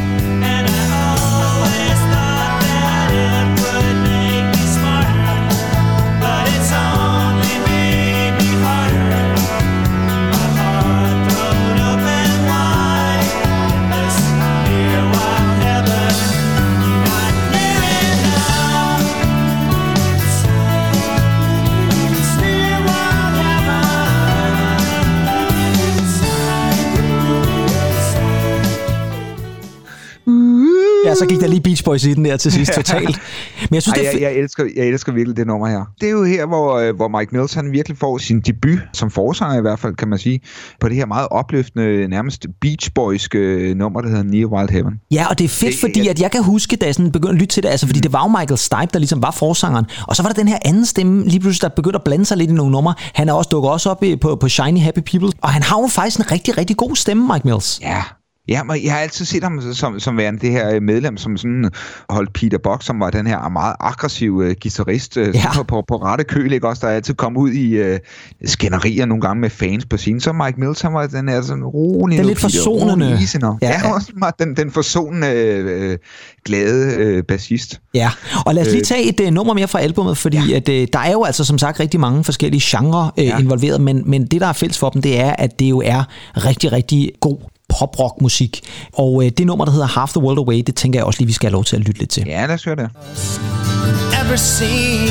Ja, så gik der lige Beach Boys i den der til sidst totalt. Men jeg synes, Ej, det er f- jeg, jeg, elsker, jeg elsker virkelig det nummer her. Det er jo her, hvor, hvor Mike Mills han virkelig får sin debut, som forsanger i hvert fald, kan man sige, på det her meget opløftende, nærmest Beach Boys-ke nummer, der hedder Near Wild Heaven. Ja, og det er fedt, det, fordi at jeg kan huske, da jeg sådan begyndte at lytte til det, altså fordi mm. det var jo Michael Stipe, der ligesom var forsangeren, og så var der den her anden stemme, lige pludselig, der begyndte at blande sig lidt i nogle numre. Han er også dukket også op i, på, på Shiny Happy People, og han har jo faktisk en rigtig, rigtig god stemme, Mike Mills. Ja. Ja, men jeg har altid set ham som, som værende det her medlem, som sådan holdt Peter Buck, som var den her meget aggressive uh, guitarist uh, ja. på, på, på rette køl, ikke også, der altid kom ud i uh, skænderier nogle gange med fans på scenen. Så Mike Mills, han var den her sådan rolig, den lidt forsonende, ja, ja. Også den, den forsonende uh, glade uh, bassist. Ja, og lad os lige tage et uh, nummer mere fra albumet, fordi ja. at, uh, der er jo altså som sagt rigtig mange forskellige genrer uh, ja. involveret, men, men det der er fælles for dem, det er, at det jo er rigtig, rigtig god pop-rock-musik. Og øh, det nummer, der hedder Half the World Away, det tænker jeg også lige, vi skal have lov til at lytte lidt til. Ja, lad os høre det. Ever seen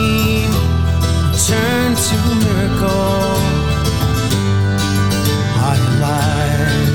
turn to miracle I lie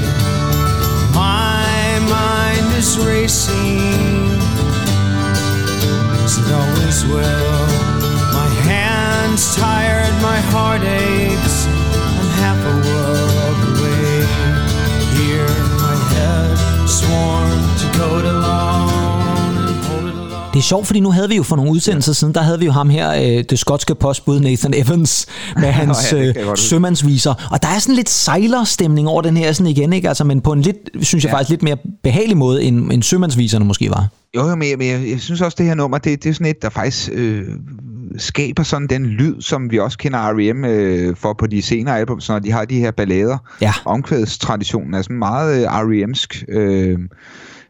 my mind is racing as it always will my hands tired my heart aches I'm half a world away here my head sworn to go to long. Det er sjovt, fordi nu havde vi jo for nogle udsendelser siden, der havde vi jo ham her, øh, det skotske postbud Nathan Evans, med hans øh, sømandsviser. Og der er sådan lidt sejlerstemning over den her sådan igen, ikke? Altså, men på en lidt, synes jeg ja. faktisk, lidt mere behagelig måde, end, end sømandsviserne måske var. Jo, jo, men jeg, jeg, jeg synes også, det her nummer, det, det er sådan et, der faktisk øh, skaber sådan den lyd, som vi også kender R E M øh, for på de senere album, når de har de her ballader. Ja. Omkvædstraditionen er sådan meget øh, R E M-sk. Øh,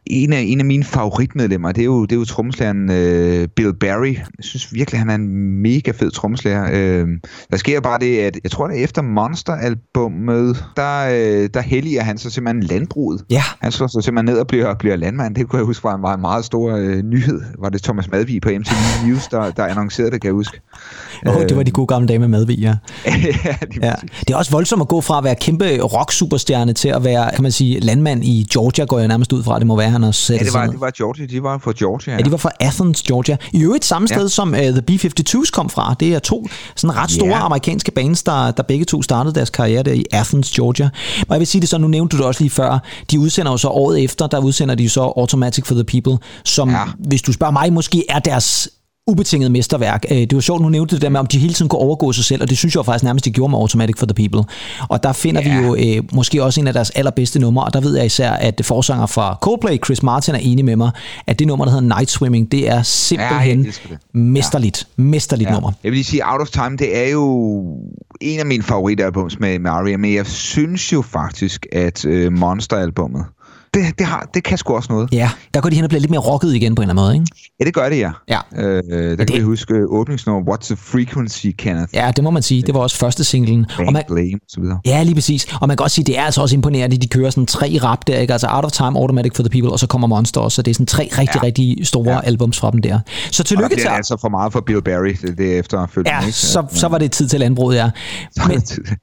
en af, en af mine favoritmedlemmer, det er jo, det er jo trommeslageren øh, Bill Berry. Jeg synes virkelig, han er en mega fed trommeslager. Øh, der sker bare det, at jeg tror, det er efter Monster-albummet, der, øh, der helliger han så simpelthen landbruget. Ja. Han slår sig simpelthen ned og bliver, bliver landmand. Det kunne jeg huske var en meget stor øh, nyhed. Var det Thomas Madvig på M T V News, der, der annoncerede det, kan jeg huske. Oh, det var de gode gamle dage med Madvig, ja. ja, det, ja. Det er også voldsomt at gå fra at være kæmpe rock-superstjerne til at være, kan man sige, landmand i Georgia, går jeg nærmest ud fra, det må være, han har sat. Ja, det var, det var Georgia. De var fra Georgia. Ja, ja de var fra Athens, Georgia. I øvrigt samme sted, ja. som uh, The B halvtreds kom fra. Det er to sådan ret store yeah. amerikanske bands, der, der begge to startede deres karriere der i Athens, Georgia. Og jeg vil sige det så, nu nævnte du det også lige før, de udsender jo så året efter, der udsender de så Automatic for the People, som, ja. hvis du spørger mig, måske er deres ubetinget mesterværk. Det var sjovt, nu nævnte det der med, om de hele tiden kunne overgå sig selv, og det synes jeg faktisk nærmest, de gjorde med Automatic for the People. Og der finder yeah. vi jo øh, måske også en af deres allerbedste numre, og der ved jeg især, at forsanger fra Coldplay, Chris Martin, er enig med mig, at det nummer, der hedder Night Swimming, det er simpelthen ja, det mesterligt. Ja. Mesterligt ja. nummer. Jeg vil lige sige, Out of Time, det er jo en af mine favoritalbums med, med R E M, men jeg synes jo faktisk, at øh, Monster-albummet, Det, det, har, det kan sgu også noget. Ja, der går de hen og bliver lidt mere rocket igen på en eller anden måde, ikke? Ja, det gør det, ja. ja. Øh, der kan det... vi huske åbningsnummer What's the Frequency, Kenneth? Ja, det må man sige. Det var også første singlen. Bang, man... Blame, og så videre. Ja, lige præcis. Og man kan også sige, det er altså også imponerende, de kører sådan tre rap der, ikke? Altså Out of Time, Automatic for the People, og så kommer Monster også, så det er sådan tre rigtig, ja. rigtig store ja. albums fra dem der. Så tillykke til... det er altså for meget for Bill Berry, det, det er efterfølgende, ja, ikke? Så, ja, så var det tid til landbruget, ja. Men,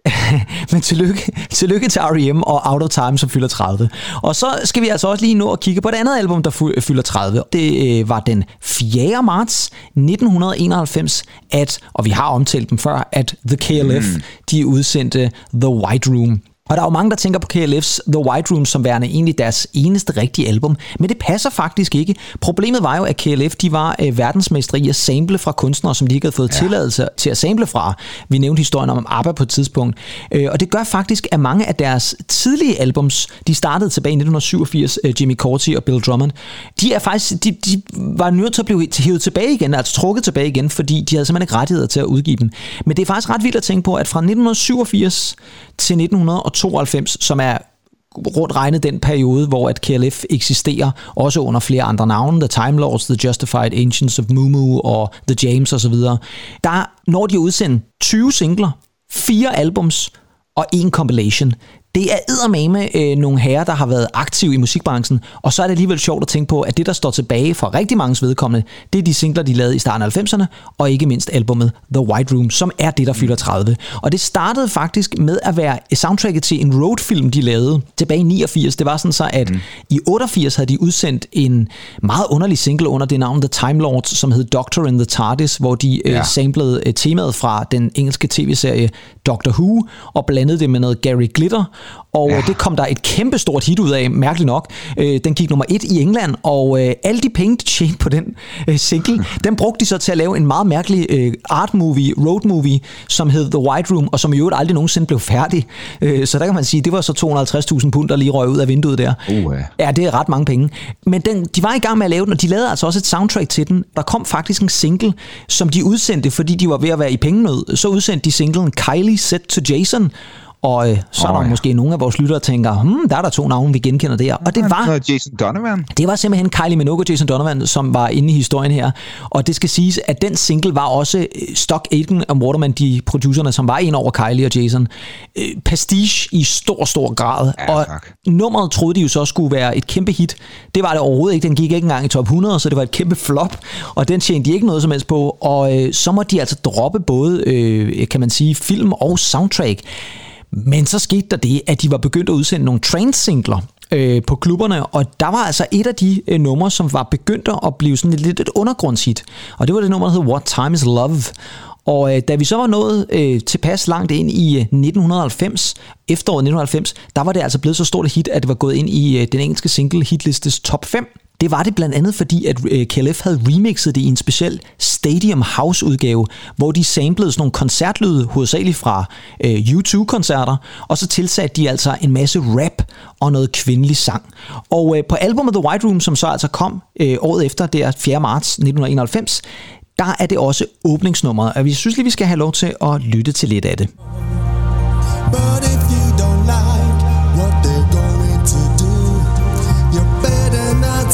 men tillykke, tillykke til R E M og Out of Time, som fylder tredive. Og så skal vi altså også lige nå at kigge på et andet album, der fylder tredive. Det øh, var den fjerde marts nitten enoghalvfems, at, og vi har omtalt dem før, at The K L F, mm. de udsendte The White Room. Og der er jo mange, der tænker på K L F's The White Room som værende egentlig deres eneste rigtige album, men det passer faktisk ikke. Problemet var jo, at K L F de var øh, verdensmestre i at sample fra kunstnere, som de ikke havde fået ja. tilladelse til at sample fra. Vi nævnte historien om ABBA på et tidspunkt. Øh, og det gør faktisk, at mange af deres tidlige albums, de startede tilbage i nitten syvogfirs, øh, Jimmy Cauty og Bill Drummond, de er faktisk, de, de var nødt til at blive hævet tilbage igen, altså trukket tilbage igen, fordi de havde simpelthen ikke rettigheder til at udgive dem. Men det er faktisk ret vildt at tænke på, at fra nitten syvogfirs til nitten tooghalvfems, som er rundt regnet den periode, hvor at K L F eksisterer, også under flere andre navne, The Time Lords, The Justified, Ancients of Mumu og The James osv., der når de udsende tyve singler, fire albums og en compilation. Det er eddermame øh, nogle herrer, der har været aktive i musikbranchen, og så er det alligevel sjovt at tænke på, at det, der står tilbage for rigtig mange vedkommende, det er de singler, de lavede i starten af halvfemserne, og ikke mindst albumet The White Room, som er det, der fylder tredive. Og det startede faktisk med at være soundtracket til en roadfilm, de lavede tilbage i niogfirs. Det var sådan så, at mm. i otteogfirs havde de udsendt en meget underlig single under det navn The Time Lords, som hed Doctor in the TARDIS, hvor de ja. øh, samplede øh, temaet fra den engelske tv-serie Doctor Who, og blandede det med noget Gary Glitter. Og ja. det kom der et kæmpe stort hit ud af, mærkeligt nok. Øh, den gik nummer et i England, og øh, alle de penge, de tjente på den øh, single, den brugte de så til at lave en meget mærkelig øh, art movie, road movie, som hed The White Room, og som i øvrigt aldrig nogensinde blev færdig. Øh, så der kan man sige, det var så to hundrede og halvtreds tusind pund, der lige røg ud af vinduet der. Uh. Ja, det er ret mange penge. Men den, de var i gang med at lave den, og de lavede altså også et soundtrack til den. Der kom faktisk en single, som de udsendte, fordi de var ved at være i pengenød. Så udsendte de singlen Kylie Said to Jason. Og øh, så er der oh, ja. måske nogle af vores lyttere, der tænker, hmm, der er der to navne, vi genkender der. Og det var Jason Donovan. Det var simpelthen Kylie Minogue og Jason Donovan, som var inde i historien her. Og det skal siges, at den single var også Stock Aitken og Waterman, de producerne, som var ind over Kylie og Jason. Øh, pastiche i stor, stor grad. Ja, og tak. nummeret troede de jo så skulle være et kæmpe hit. Det var det overhovedet ikke. Den gik ikke engang i top hundrede, så det var et kæmpe flop. Og den tjente de ikke noget som helst på. Og øh, så må de altså droppe både, øh, kan man sige, film og soundtrack. Men så skete der det, at de var begyndt at udsende nogle trance-singler øh, på klubberne, og der var altså et af de øh, numre, som var begyndt at blive sådan et lidt et undergrundshit, og det var det nummer, der hed What Time Is Love. Og øh, da vi så var nået øh, tilpas langt ind i øh, nitten halvfems, efteråret nitten halvfems, der var det altså blevet så stort et hit, at det var gået ind i øh, den engelske single hitlistes top fem. Det var det blandt andet, fordi at K L F havde remixet det i en speciel Stadium House udgave, hvor de samplede sådan nogle koncertlyde, hovedsageligt fra øh, U to koncerter, og så tilsatte de altså en masse rap og noget kvindelig sang. Og øh, på albumet The White Room, som så altså kom øh, året efter, det er fjerde marts nitten enoghalvfems, der er det også åbningsnummeret, og vi synes lige, vi skal have lov til at lytte til lidt af det. But if you don't like what they're going to do, you better not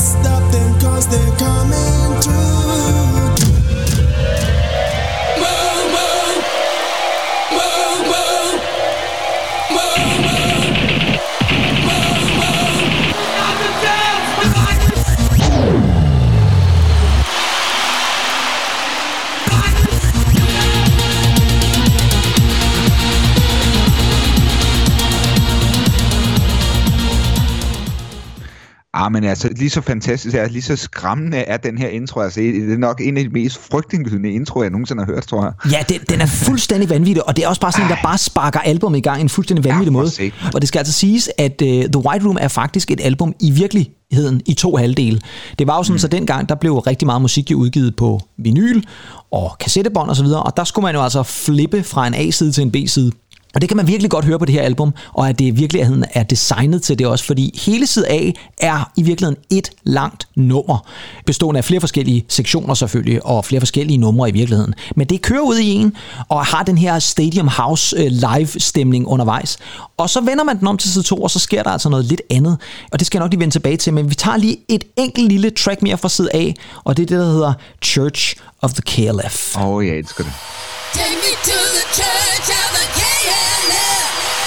Ah, men altså, lige så fantastisk er, lige så skræmmende er den her intro. Altså, det er nok en af de mest frygtindgydende introer, jeg nogensinde har hørt, tror jeg. Ja, den, den er fuldstændig vanvittig, og det er også bare sådan, der bare sparker albumet i gang i en fuldstændig vanvittig ja, måde. Se. Og det skal altså siges, at uh, The White Room er faktisk et album i virkeligheden i to halvdele. Det var jo sådan, mm. så dengang, der blev rigtig meget musik udgivet på vinyl og kassettebånd og så videre, og der skulle man jo altså flippe fra en A-side til en B-side. Og det kan man virkelig godt høre på det her album, og at det i virkeligheden er designet til det også, fordi hele side A er i virkeligheden et langt nummer, bestående af flere forskellige sektioner selvfølgelig, og flere forskellige numre i virkeligheden. Men det kører ud i en, og har den her Stadium House live-stemning undervejs. Og så vender man den om til side to, og så sker der altså noget lidt andet. Og det skal jeg nok lige vende tilbage til, men vi tager lige et enkelt lille track mere fra side A, og det er det, der hedder Church of the K L F. Åh, oh, jeg elsker det. Take me to the church of the K L F.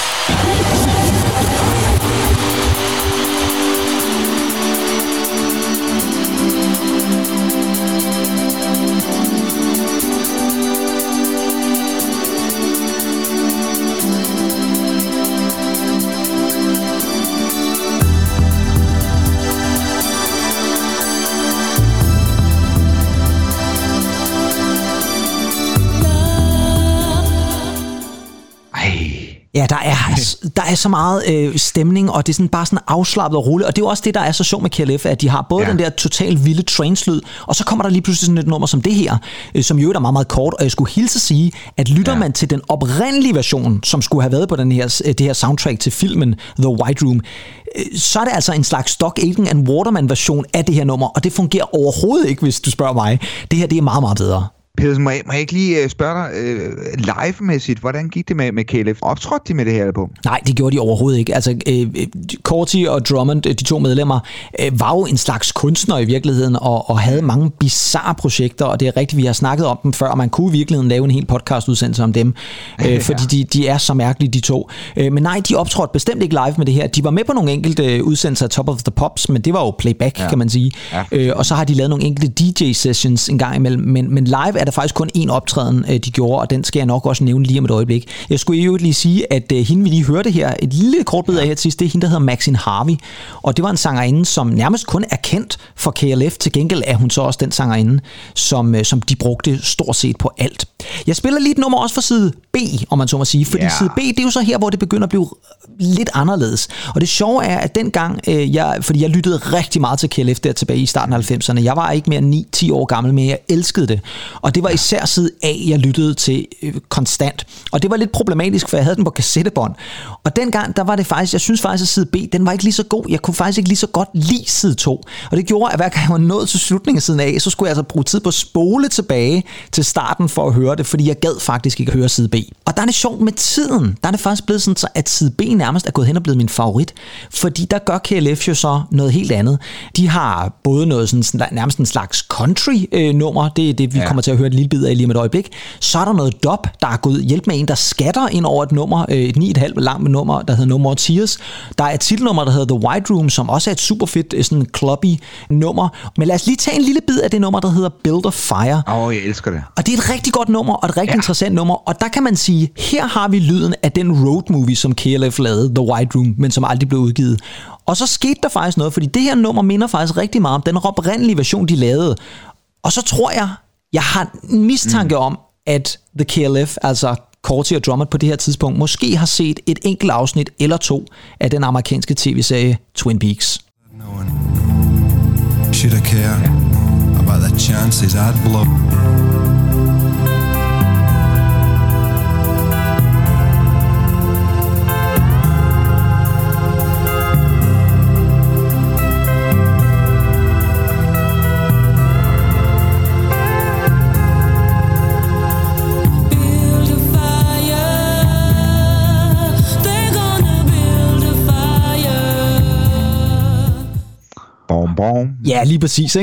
Ja, der er, der er så meget øh, stemning, og det er sådan bare sådan afslappet og roligt, og det er jo også det, der er så sjovt med K L F, at de har både ja. den der totalt vilde trance-lyd, og så kommer der lige pludselig sådan et nummer som det her, øh, som jo er meget, meget kort, og jeg skulle hilse at sige, at lytter ja. man til den oprindelige version, som skulle have været på den her, det her soundtrack til filmen The White Room, øh, så er det altså en slags Doc Aitken and Waterman version af det her nummer, og det fungerer overhovedet ikke, hvis du spørger mig. Det her, det er meget, meget bedre. Pedersen, må jeg, må jeg ikke lige spørge dig øh, live-mæssigt, hvordan gik det med, med K L F? Optrådte de med det her album? Nej, det gjorde de overhovedet ikke. Altså, øh, Corti og Drummond, de to medlemmer, øh, var jo en slags kunstner i virkeligheden, og, og havde mange bizarre projekter, og det er rigtigt, vi har snakket om dem før, og man kunne i virkeligheden lave en hel podcast-udsendelse om dem, øh, ja. fordi de, de er så mærkelige, de to. Øh, men nej, de optrådte bestemt ikke live med det her. De var med på nogle enkelte udsendelser af Top of the Pops, men det var jo playback, ja. kan man sige. Ja. Øh, og så har de lavet nogle enkelte D J-sessions en gang imellem, men, men live er der faktisk kun én optræden, de gjorde, og den skal jeg nok også nævne lige om et øjeblik. Jeg skulle jo lige sige, at uh, hende vi lige hørte her, et lille kort bid af her til sidst, det er hende, der hedder Maxine Harvey, og det var en sangerinde, som nærmest kun er kendt for K L F. Til gengæld er hun så også den sangerinde, som, uh, som de brugte stort set på alt. Jeg spiller lige et nummer også fra side B, om man så må sige, fordi yeah. side B, det er jo så her, hvor det begynder at blive lidt anderledes. Og det sjove er, at dengang, øh, jeg, fordi jeg lyttede rigtig meget til K L F der tilbage i starten af halvfemserne, jeg var ikke mere end ni ti år gammel, men jeg elskede det. Og det var især side A, jeg lyttede til øh, konstant. Og det var lidt problematisk, for jeg havde den på kassettebånd. Og dengang, der var det faktisk, jeg synes faktisk, at side B, den var ikke lige så god. Jeg kunne faktisk ikke lige så godt lide side to. Og det gjorde, at hver gang jeg var nået til slutningen af siden A, så skulle jeg altså bruge tid på at spole tilbage til starten for at høre det, fordi jeg gad faktisk ikke at høre side B. Og der er det sjovt med tiden. Der er det faktisk blevet sådan, at side B nærmest er gået hen og blevet min favorit. Fordi der gør K L F jo så noget helt andet. De har både noget sådan, nærmest en slags country-nummer. Det er det, vi ja. kommer til at høre et lille bid af lige om et øjeblik. Så er der noget dub, der er gået hjælp med en, der skatter ind over et nummer, et ni komma fem langt nummer, der hedder No More Tears. Der er et titelnummer, der hedder The White Room, som også er et super fedt, sådan clubby nummer. Men lad os lige tage en lille bid af det nummer, der hedder Build a Fire. Åh, oh, jeg elsker det. Og det er et rigtig godt nummer, og et rigtig ja. interessant nummer. Og der kan man sige, her har vi lyden af den road movie, som K L F lavede, The White Room, men som aldrig blev udgivet. Og så skete der faktisk noget, fordi det her nummer minder faktisk rigtig meget om den oprindelige version, de lavede. Og så tror jeg, jeg har en mistanke mm. om, at The K L F, altså Corti og Drummond på det her tidspunkt, måske har set et enkelt afsnit eller to af den amerikanske tv-serie Twin Peaks. No one should I care about the chances I'd blow. Bom, bom. Ja, lige præcis, ikke?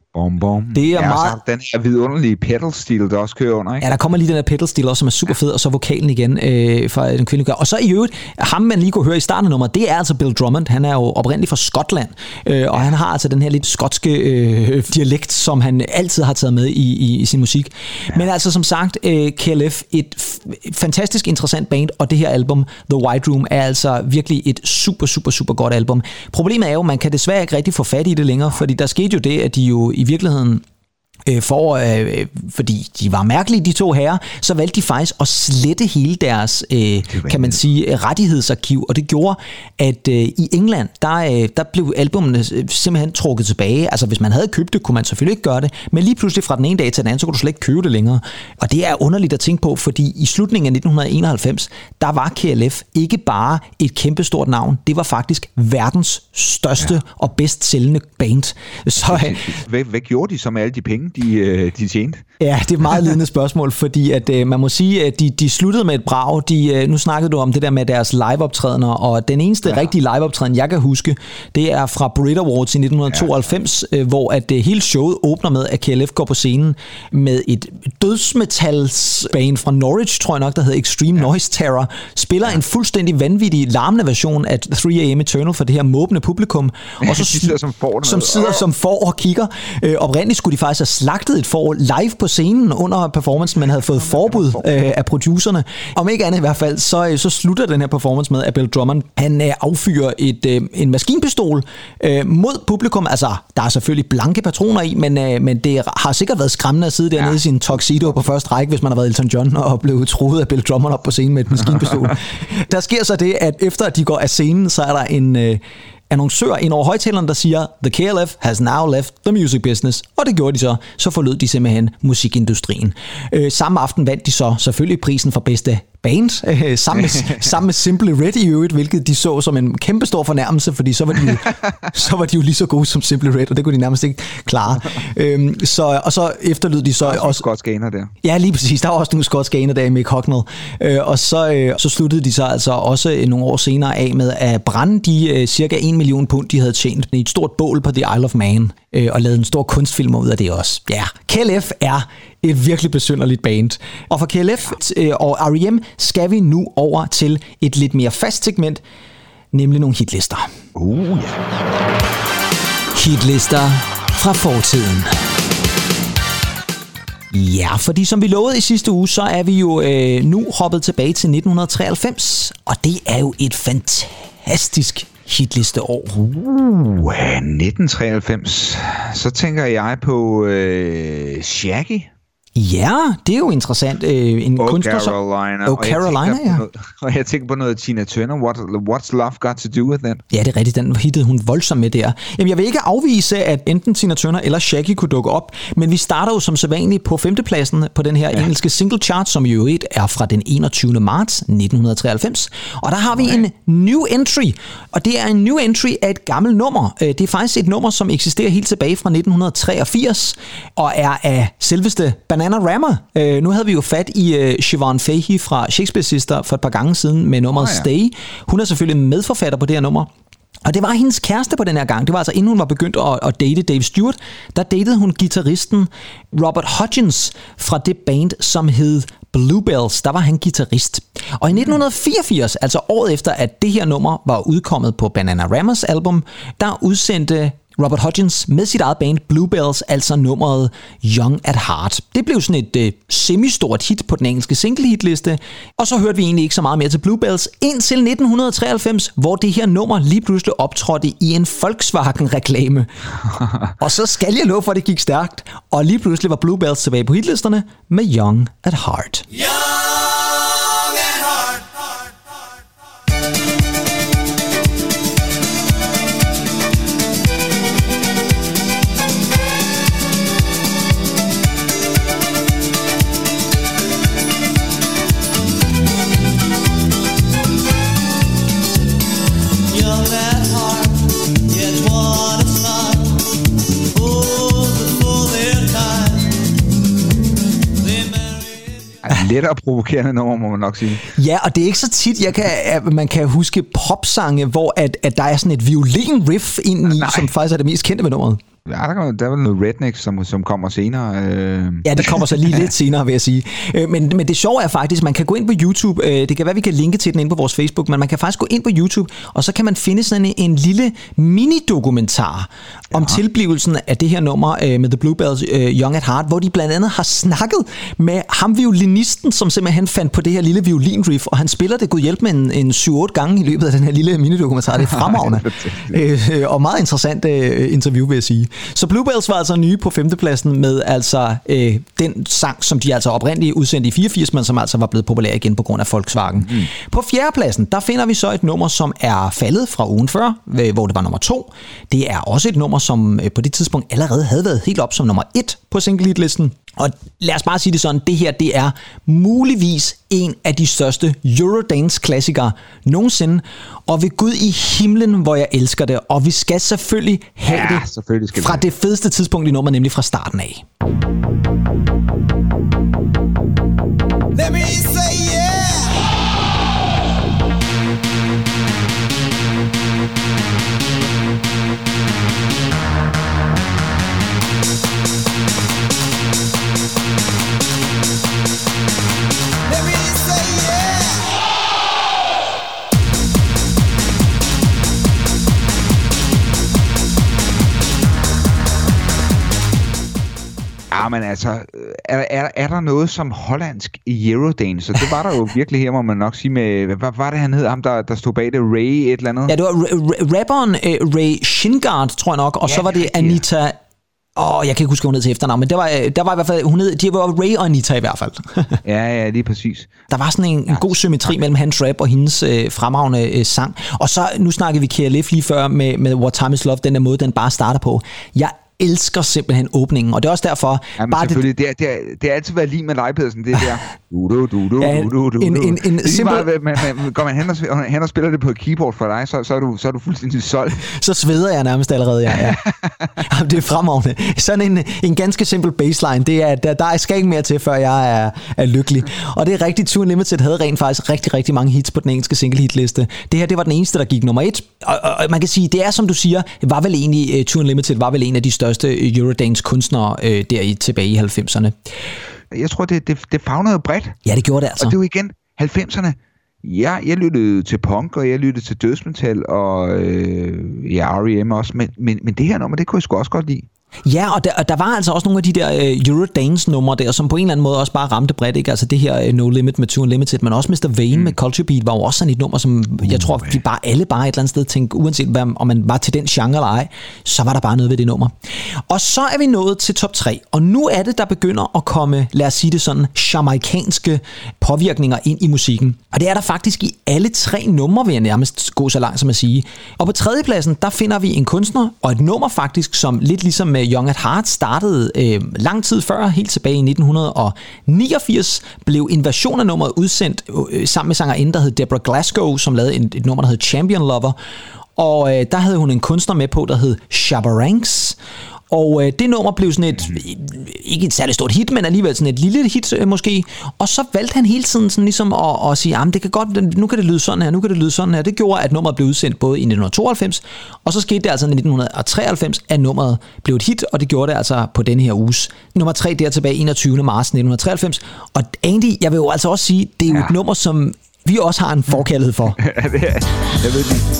Bom, bom. Det er ja, meget... så den her vidunderlige pedal-stil, der også kører under, ikke? Ja, der kommer lige den her pedal-stil også, som er super fed, og så vokalen igen øh, fra den kvindelige. Og så i øvrigt, ham man lige kunne høre i starten af nummeret, det er altså Bill Drummond. Han er jo oprindeligt fra Skotland, øh, og han har altså den her lidt skotske øh, dialekt, som han altid har taget med i, i, i sin musik. Ja. Men altså som sagt, øh, K L F, et f- fantastisk interessant band, og det her album, The White Room, er altså virkelig et super, super, super godt album. Problemet er jo, man kan desværre ikke rigtig få fat i det længere, fordi der skete jo det, at de jo i virkeligheden øh, for, øh, fordi de var mærkelige, de to herrer, så valgte de faktisk at slette hele deres, øh, kan man sige, rettighedsarkiv, og det gjorde, at øh, i England, der, øh, der blev albumene simpelthen trukket tilbage. Altså, hvis man havde købt det, kunne man selvfølgelig ikke gøre det, men lige pludselig fra den ene dag til den anden, så kunne du slet ikke købe det længere. Og det er underligt at tænke på, fordi i slutningen af nitten enoghalvfems, der var K L F ikke bare et kæmpestort navn, det var faktisk verdens største ja. og bedst sælgende band. Så, øh, hvad, hvad gjorde de så med alle de penge, de, de tjente? Ja, det er et meget ledende spørgsmål, fordi at, øh, man må sige, at de, de sluttede med et brag. De, øh, nu snakkede du om det der med deres liveoptrædener, og den eneste ja. rigtige liveoptræden, jeg kan huske, det er fra Brit Awards i nitten tooghalvfems, ja. øh, hvor at, øh, hele showet åbner med, at K L F går på scenen med et dødsmetalsband fra Norwich, tror jeg nok, der hedder Extreme ja. Noise Terror, spiller ja. en fuldstændig vanvittig, larmende version af tre a m Eternal for det her måbende publikum, og så sidder som, får som sidder som får og kigger. Øh, oprindeligt skulle de faktisk have slagtet et får live på scenen under performancen, man havde fået forbud øh, af producerne. Om ikke andet i hvert fald, så, så slutter den her performance med, at Bill Drummond, han øh, affyrer et, øh, en maskinpistol øh, mod publikum. Altså, der er selvfølgelig blanke patroner i, men, øh, men det har sikkert været skræmmende at sidde dernede ja. i sin tuxedo på første række, hvis man har været Elton John og blevet truet af Bill Drummond op på scenen med et maskinpistol. Der sker så det, at efter at de går af scenen, så er der en... Øh, annoncør ind over højtaleren, der siger, The K L F has now left the music business. Og det gjorde de så. Så forlod de simpelthen musikindustrien. Øh, samme aften vandt de så selvfølgelig prisen for bedste band, øh, sammen, med, sammen med Simply Red i øvrigt, hvilket de så som en kæmpe stor fornærmelse, fordi så var de jo, så var de jo lige så gode som Simply Red, og det kunne de nærmest ikke klare. Øhm, så, og så efterlød de så der også... skotske aner der. Ja, lige præcis. Der var også nogle skotske aner der i Mick Hucknall. Øh, og så, øh, så sluttede de så altså også øh, nogle år senere af med at brænde de øh, cirka en million pund, de havde tjent i et stort bål på The Isle of Man, øh, og lavede en stor kunstfilm ud af det også. Ja, K L F er et virkelig besynderligt band. Og for K L F øh, og R E M skal vi nu over til et lidt mere fast segment, nemlig nogle hitlister. Uh, yeah. Hitlister fra fortiden. Ja, fordi som vi lovede i sidste uge, så er vi jo øh, nu hoppet tilbage til nitten treoghalvfems, og det er jo et fantastisk hitlisteår. Uh, nitten treoghalvfems. Så tænker jeg på øh, Shaggy. Ja, det er jo interessant. Øh, en oh, kunstner som... Carolina. Oh, Carolina, ja. Noget, og jeg tænker på noget Tina Turner. What, what's Love Got to Do With It? Ja, det er rigtigt. Den hittede hun voldsomt med der. Jamen, jeg vil ikke afvise, at enten Tina Turner eller Shaggy kunne dukke op, men vi starter jo som sædvanligt på femtepladsen på den her ja. engelske single chart, som jo et er fra den enogtyvende marts nitten treoghalvfems. Og der har vi okay. en new entry, og det er en new entry af et gammelt nummer. Det er faktisk et nummer, som eksisterer helt tilbage fra nitten treogfirs, og er af selveste Banana Rama. Uh, nu havde vi jo fat i uh, Siobhan Fahey fra Shakespeare Sister for et par gange siden med nummeret oh, ja. Stay. Hun er selvfølgelig medforfatter på det her nummer. Og det var hendes kæreste på den her gang. Det var altså inden hun var begyndt at, at date Dave Stewart. Der datede hun guitaristen Robert Hutchins fra det band, som hed Bluebells. Der var han guitarist. Og i nitten fireogfirs, altså året efter, at det her nummer var udkommet på Banana Ramas album, der udsendte Robert Hutchins med sit eget band Bluebells, altså nummeret Young at Heart. Det blev sådan et øh, semistort hit på den engelske single-hitliste, og så hørte vi egentlig ikke så meget mere til Bluebells indtil nitten treoghalvfems, hvor det her nummer lige pludselig optrådte i en Volkswagen-reklame. Og så skal jeg love for, at det gik stærkt, og lige pludselig var Bluebells tilbage på hitlisterne med Young at Heart. Young at heart. Lettere provokerende nummer, må man nok sige. Ja, og det er ikke så tit, jeg kan, at man kan huske popsange, hvor at, at der er sådan et violin-riff indeni, som faktisk er det mest kendte ved nummeret. Ja, der, kommer, der er vel noget redneck, som, som kommer senere. Øh. Ja, det kommer så lige lidt senere, vil jeg sige. Men, men det sjove er faktisk, man kan gå ind på YouTube. Det kan være, vi kan linke til den ind på vores Facebook, men man kan faktisk gå ind på YouTube, og så kan man finde sådan en, en lille mini-dokumentar ja. om tilblivelsen af det her nummer med The Bluebells, uh, Young at Heart, hvor de blandt andet har snakket med ham violinisten, som simpelthen fandt på det her lille violinriff, og han spiller det gud hjælp med en, en syv otte gange i løbet af den her lille mini-dokumentar. Det er fremragende. øh, og meget interessant øh, interview, vil jeg sige. Så Bluebells var altså nye på femtepladsen med altså øh, den sang, som de altså oprindeligt udsendte i fireogfirs, men som altså var blevet populær igen på grund af Volkswagen. Mm. På fjerdepladsen, der finder vi så et nummer, som er faldet fra ugen før, hvor det var nummer to. Det er også et nummer, som øh, på det tidspunkt allerede havde været helt op som nummer et på single hit listen. Og lad os bare sige det sådan, det her, det er muligvis en af de største Eurodance-klassikere nogensinde. Og ved Gud i himlen, hvor jeg elsker det. Og vi skal selvfølgelig have ja, det selvfølgelig skal fra det. det fedeste tidspunkt i nummeret, nemlig fra starten af. Let me say yeah. Ja, men altså, er, er, er der noget som hollandsk Eurodance? Så det var der jo virkelig her, må man nok sige med, hvad var det, han hed, ham der, der stod bag det, Ray et eller andet? Ja, det var r- rapperen uh, Ray Shingard, tror jeg nok, og ja, så var det Anita... Åh, oh, jeg kan ikke huske, hvad hun hed til efternavn, men der var, der var i hvert fald, hun hed, de var Ray og Anita i hvert fald. ja, ja, lige præcis. Der var sådan en, en god symmetri mellem hans rap og hendes øh, fremragende øh, sang. Og så, nu snakkede vi K L F lige før med, med What Time Is Love, den der måde, den bare starter på. Jeg elsker simpelthen åbningen, og det er også derfor... Jamen bare selvfølgelig, det, det, det, det har altid været lige med legepedsen, det der... Du, du, du, du, ja, du, du, du, en, en, en det er simpel... bare, man, man, går man hen og, hen og spiller det på et keyboard for dig, så, så, er, du, så er du fuldstændig solgt. Så sveder jeg nærmest allerede, ja. ja. Jamen, det er fremragende. Sådan en, en ganske simpel baseline, det er, der, der skal ikke mere til, før jeg er, er lykkelig. Og det er rigtigt, Two Unlimited havde rent faktisk rigtig, rigtig mange hits på den engelske single hit liste. Det her, det var den eneste, der gik nummer et. Og, og, og man kan sige, det er som du siger, var vel egentlig, uh, Two Unlimited var vel en af de største Eurodance kunstnere uh, der i, tilbage i halvfemserne. Jeg tror, det, det, det favnede bredt. Ja, det gjorde det altså. Og det var igen halvfemserne. Ja, jeg lyttede til punk, og jeg lyttede til dødsmetal, og øh, ja, R E M også. Men, men, men det her nummer, det kunne jeg sgu også godt lide. Ja, og der, og der var altså også nogle af de der uh, Eurodance-numre der, som på en eller anden måde også bare ramte bredt, ikke? Altså det her uh, No Limit med Two Unlimited, men også mister Vane mm. med Culture Beat var jo også sådan et nummer, som uh, jeg tror, de bare alle bare et eller andet sted tænkte, uanset hvad, om man var til den genre eller ej, så var der bare noget ved det nummer. Og så er vi nået til top tre, og nu er det, der begynder at komme, lad os sige det sådan, jamaikanske påvirkninger ind i musikken. Og det er der faktisk i alle tre numre, vil jeg nærmest gå så langt som at sige. Og på tredjepladsen, der finder vi en kunstner, og et nummer faktisk, som lidt ligesom med Young at Heart startede øh, lang tid før, helt tilbage i nitten niogfirs, blev en version af nummeret udsendt øh, sammen med sangerinde, der hed Deborah Glasgow, som lavede en, et nummer, der hed Champion Lover. Og øh, der havde hun en kunstner med på, der hed Shabba Ranks. Og øh, det nummer blev sådan et, ikke et særligt stort hit, men alligevel sådan et lille hit øh, måske. Og så valgte han hele tiden sådan ligesom at, at sige, jamen det kan godt, nu kan det lyde sådan her, nu kan det lyde sådan her. Det gjorde, at nummeret blev udsendt både i nitten tooghalvfems, og så skete det altså i nitten treoghalvfems, at nummeret blev et hit, og det gjorde det altså på denne her uges. Nummer tre der tilbage enogtyvende marts nitten treoghalvfems. Og Andy, jeg vil jo altså også sige, det er jo ja. et nummer, som vi også har en forkærlighed for. Ja, det er, jeg ved det.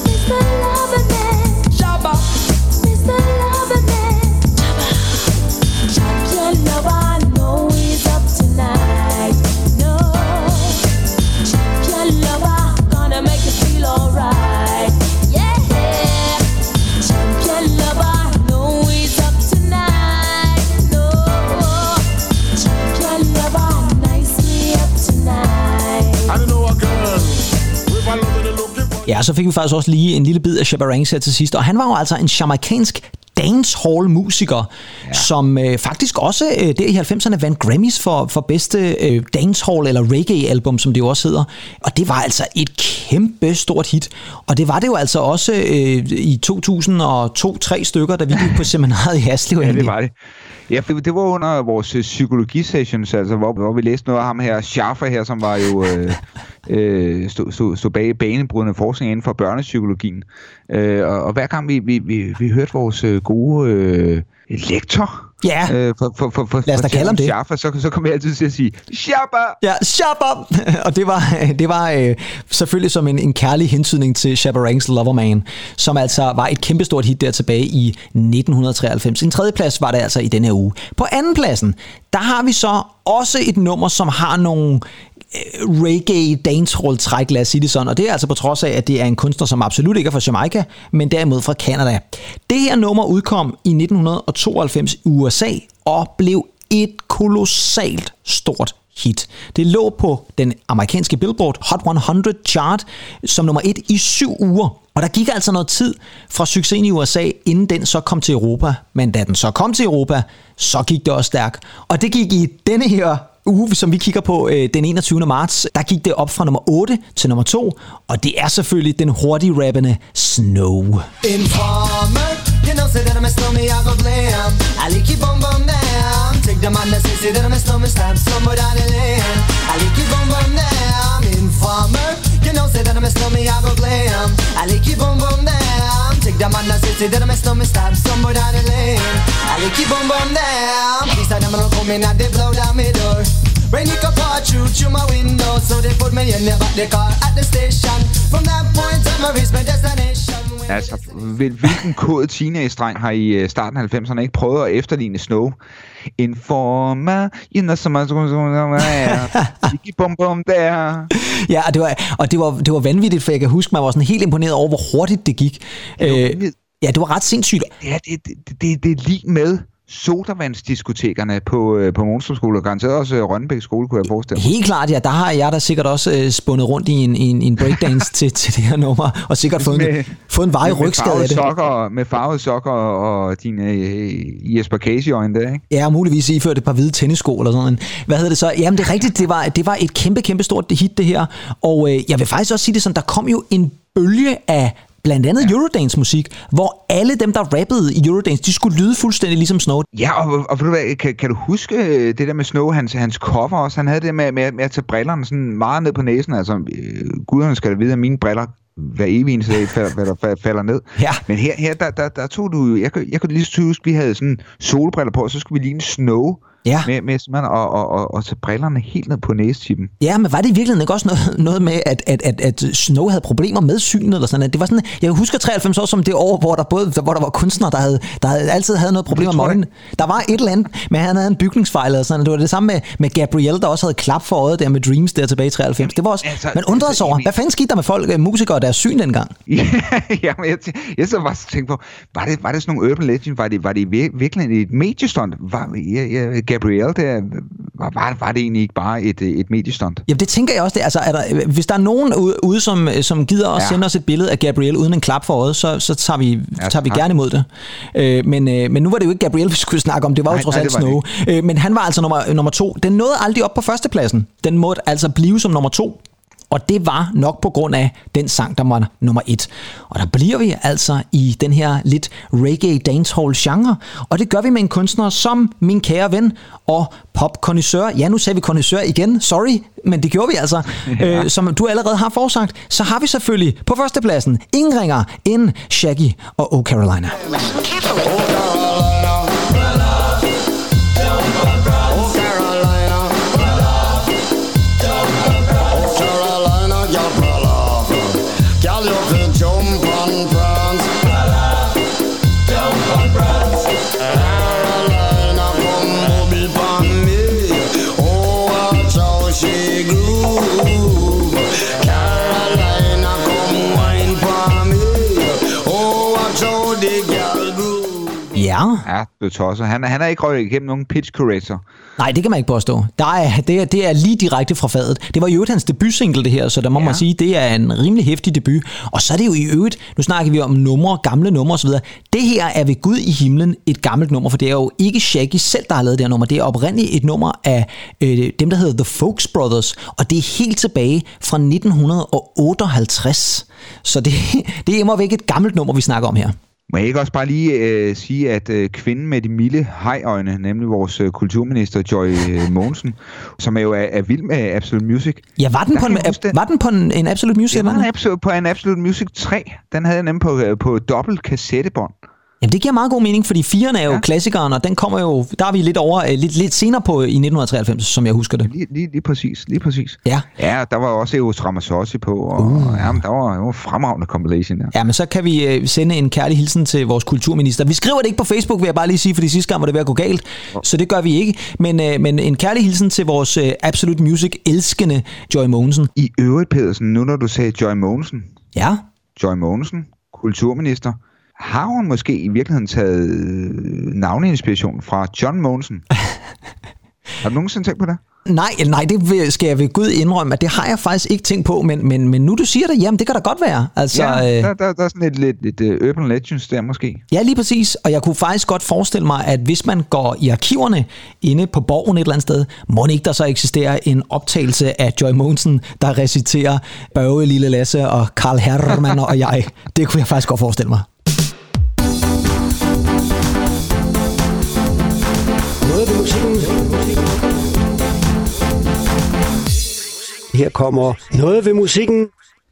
Ja, så fik vi faktisk også lige en lille bid af Shabba Ranks her til sidst, og han var jo altså en jamaikansk dancehall-musiker, ja. som øh, faktisk også øh, der i halvfemserne vandt Grammys for, for bedste øh, dancehall eller reggae-album, som det jo også hedder. Og det var altså et kæmpe stort hit. Og det var det jo altså også øh, i to tusind og to tre stykker, da vi gik på seminaret i Haslev. Ja, det var det. Ja, for det var under vores psykologisessions, altså, hvor, hvor vi læste noget af ham her, Schaffer her, som var jo øh, øh, stod, stod, stod bag banebrydende forskning inden for børnepsykologien. Øh, og, og hver gang vi, vi, vi, vi hørte vores øh, gode øh, lektor, ja, øh, for, for, for, for, lad os da kalde ham det. Schaffer, så, så kom jeg altid til at sige, Schaffer! Ja, Schaffer! Og det var, det var øh, selvfølgelig som en, en kærlig hentydning til Shabba Ranks Loverman, som altså var et kæmpestort hit der tilbage i nitten treoghalvfems. En tredje plads var det altså i denne her uge. På anden pladsen, der har vi så også et nummer, som har nogle reggae dancehall træk, lad os sige det sådan, og det er altså på trods af, at det er en kunstner, som absolut ikke er fra Jamaica, men derimod fra Canada. Det her nummer udkom i nitten tooghalvfems i U S A og blev et kolossalt stort hit. Det lå på den amerikanske Billboard Hot hundrede chart som nummer et i syv uger, og der gik altså noget tid fra succesen i U S A, inden den så kom til Europa, men da den så kom til Europa, så gik det også stærkt, og det gik i denne her uge, som vi kigger på øh, den enogtyvende marts, der gik det op fra nummer otte til nummer to, og det er selvfølgelig den hurtige rappende Snow. Informer, you know, say that I'm a snowman, I go blam. I like you bum bum down. Take the man that say, say that I'm a snowman, slam somewhere down the lane. I like you bum bum down. Informer, you know, say that I'm a snowman, I go blam. I like you bum bum down. Take the man that say, say that I'm a snowman, slam somewhere down the lane. I like you bum bum down. These are them that come in and they blow down my door. Rain you can pour through through my window, so they put me in the back the car at the station. From that point on, I reached my destination. Altså, hvilken kode teenage-dreng har i starten af halvfemserne ikke prøvet at efterligne Snow? Informer, you know, som er ikke bum bum der. Ja, og det var, og det var, det var vanvittigt, for jeg kan huske, man var sådan helt imponeret over, hvor hurtigt det gik. Det øh, ja, det var ret sindssygt. Ja, det, det, det, det er lige med sodavandsdiskotekerne på, øh, på Monstrum Skole, og garanteret også øh, Rønnebæk Skole, kunne jeg forestille mig. Helt klart, ja. Der har jeg da sikkert også øh, spundet rundt i en, en, en breakdance til, til det her nummer, og sikkert fået, med, en, fået en varig rygskade af det. Sokker, med farvede sokker og dine øh, Jesper Casey-øjne der, ikke? Ja, muligvis iført et par hvide tennissko eller sådan. Hvad hedder det så? Jamen, det er rigtigt. Det var, det var et kæmpe, kæmpe stort hit, det her. Og øh, jeg vil faktisk også sige det sådan, der kom jo en bølge af blandt andet ja. Eurodance-musik, hvor alle dem, der rappede i Eurodance, de skulle lyde fuldstændig ligesom Snow. Ja, og, og kan, kan du huske det der med Snow, hans, hans cover også? Han havde det med, med, med at tage brillerne sådan meget ned på næsen. Altså, øh, guderne skal da vide, at mine briller hver evig eneste dag falder, falder, falder ned. Ja. Men her, her der, der, der tog du jeg, jeg kunne lige så huske, vi havde sådan solbriller på, og så skulle vi ligne Snow. Ja. Med, med simpelthen at og, og, og tage brillerne helt ned på næstippen. Ja, men var det i virkeligheden ikke også noget, noget med, at, at, at, at Snow havde problemer med synet eller sådan noget? Det var sådan, jeg husker treoghalvfems år som det år, hvor der både hvor der var kunstnere, der havde, der havde altid havde noget problemer med øjnene. Der var et eller andet, men han havde en bygningsfejl eller sådan. Det var det samme med, med Gabrielle, der også havde klap for øjet der med Dreams der tilbage i treoghalvfems. Det var også, altså, man undrede sig over, hvad fanden skete der med folk, musikere og deres syn dengang? Ja, men jeg, t- jeg så bare tænkte på, var det, var det sådan nogle urban legend? Var det, var det virkelig et mediestunt? Var ja, ja, Gabrielle der, var, var, var det egentlig ikke bare et, et mediestunt? Jamen det tænker jeg også. Det. Altså, er der, hvis der er nogen ude, ude som, som gider at ja. sende os et billede af Gabrielle uden en klap for øjet, så, så tager vi, ja, tager vi gerne imod det. Øh, men, øh, men nu var det jo ikke Gabrielle, vi skulle snakke om. Det var jo nej, trods alt Snow. Øh, men han var altså nummer, nummer to. Den nåede aldrig op på førstepladsen. Den måtte altså blive som nummer to. Og det var nok på grund af den sang, der var nummer et. Og der bliver vi altså i den her lidt reggae dancehall genre. Og det gør vi med en kunstner som min kære ven og popkondisseur. Ja, nu sagde vi kondisseur igen. Sorry, men det gjorde vi altså. Ja. Øh, som du allerede har forsagt. Så har vi selvfølgelig på førstepladsen ingen ringer end Shaggy og Oh Carolina. Ja. Ja, du tosser. Han, han er ikke røget igennem nogen pitch curator. Nej, det kan man ikke påstå. Der er, det, er, det er lige direkte fra fadet. Det var jo hans debutsingle, det her, så der må ja. man sige, det er en rimelig heftig debut. Og så er det jo i øvrigt, nu snakker vi om numre, gamle numre osv. Det her er ved Gud i himlen et gammelt nummer, for det er jo ikke Shaggy selv, der har lavet det her nummer. Det er oprindeligt et nummer af øh, dem, der hedder The Folks Brothers, og det er helt tilbage fra nitten otteoghalvtreds. Så det, det er immer væk et gammelt nummer, vi snakker om her. Må jeg ikke også bare lige øh, sige, at øh, kvinden med de milde hajøjne, nemlig vores øh, kulturminister Joy øh, Mogensen, som er jo er, er vild med Absolute Music. Ja, var den på en, den. Var den på en, en Absolute Music? Det var en absolut, på en Absolute Music tre. Den havde jeg nemlig på, på dobbelt kassettebånd. Jamen, det giver meget god mening, fordi firen er jo ja. klassikeren, og den kommer jo, der er vi lidt over, lidt, lidt senere på i nitten treoghalvfems, som jeg husker det. Lige, lige, lige præcis, lige præcis. Ja. Ja, der var også Eros Ramazzotti på, og uh. jamen, der var jo fremragende compilation der. Ja, men så kan vi uh, sende en kærlig hilsen til vores kulturminister. Vi skriver det ikke på Facebook, vil jeg bare lige sige, fordi sidste gang var det ved at gå galt, oh. så det gør vi ikke. Men, uh, men en kærlig hilsen til vores uh, Absolute Music-elskende Joy Mogensen. I øvrigt, Pedersen, nu når du sagde Joy Mogensen. Ja. Joy Mogensen, kulturminister. Har hun måske i virkeligheden taget navneinspiration fra John Mogensen? Har du nogensinde tænkt på det? Nej, nej, det skal jeg ved Gud indrømme, at det har jeg faktisk ikke tænkt på, men, men, men nu du siger det, jamen det kan da godt være. Altså, ja, der, der, der er sådan lidt, lidt, lidt uh, urban legends der måske. Ja, lige præcis, og jeg kunne faktisk godt forestille mig, at hvis man går i arkiverne inde på Borgen et eller andet sted, må ikke der så eksistere en optagelse af Joy Mogensen, der reciterer Børge, Lille Lasse og Karl Hermann og jeg. Det kunne jeg faktisk godt forestille mig. Her kommer noget ved musikken.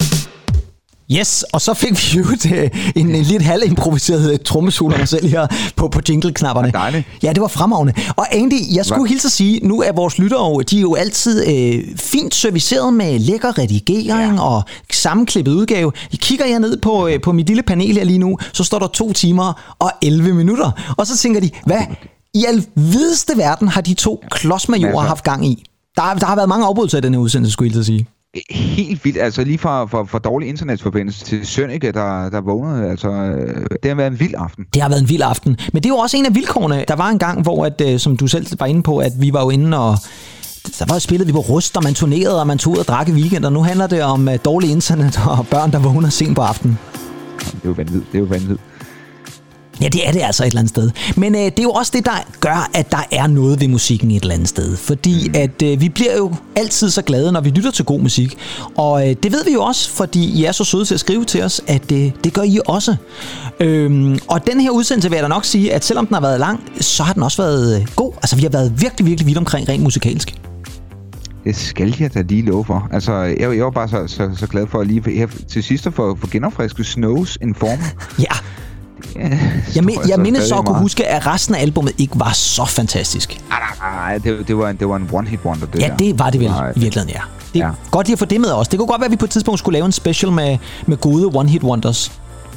Yes, og så fik vi jo et, en, en lidt halvimproviseret trommesolo af mig selv her på, på jingle-knapperne. Dejligt. Ja, det var fremragende. Og Andy, jeg skulle Hva? hilse at sige, nu er vores lyttere, de er jo altid øh, fint serviceret med lækker redigering ja. og sammenklippet udgave. Jeg kigger jeg ned på, øh, på mit lille panel her lige nu, så står der to timer og elleve minutter. Og så tænker de, hvad i alvideste verden har de to klodsmajorer haft gang i? Der, der har været mange afbrydelser i den her udsendelse, skulle jeg hilse at sige. Helt vildt, altså lige fra for, for dårlig internetforbindelse til Sønneke, der, der vågnede, altså det har været en vild aften. Det har været en vild aften, men det er jo også en af vilkårene. Der var en gang, hvor, at, som du selv var inde på, at vi var jo inde og der var jo spillet, vi var rust, og man turnerede, og man tog ud og drak i weekend, og nu handler det om uh, dårlig internet og børn, der vågner sent på aftenen. Det er jo vanvittigt, det er jo vanvittigt. Ja, det er det altså et eller andet sted. Men øh, det er jo også det, der gør, at der er noget ved musikken et eller andet sted. Fordi at øh, vi bliver jo altid så glade, når vi lytter til god musik. Og øh, det ved vi jo også, fordi I er så søde til at skrive til os, at øh, det gør I også. Øhm, og den her udsendelse vil jeg da nok sige, at selvom den har været lang, så har den også været øh, god. Altså, vi har været virkelig, virkelig vidt omkring rent musikalsk. Det skal jeg da lige love for. Altså, jeg, jeg var bare så, så, så glad for at lige her til sidst at få, få genopfrisket Snows Informer. Ja. Ja, jeg men, jeg mindes så at kunne huske, at resten af albumet ikke var så fantastisk. Nej, nej, nej, det, det, var en, det var en one-hit wonder, det Ja, der. det var det vel nej, i virkeligheden, ja. Det er ja. godt lige at få det med os. Det kunne godt være, at vi på et tidspunkt skulle lave en special med, med gode one-hit wonders.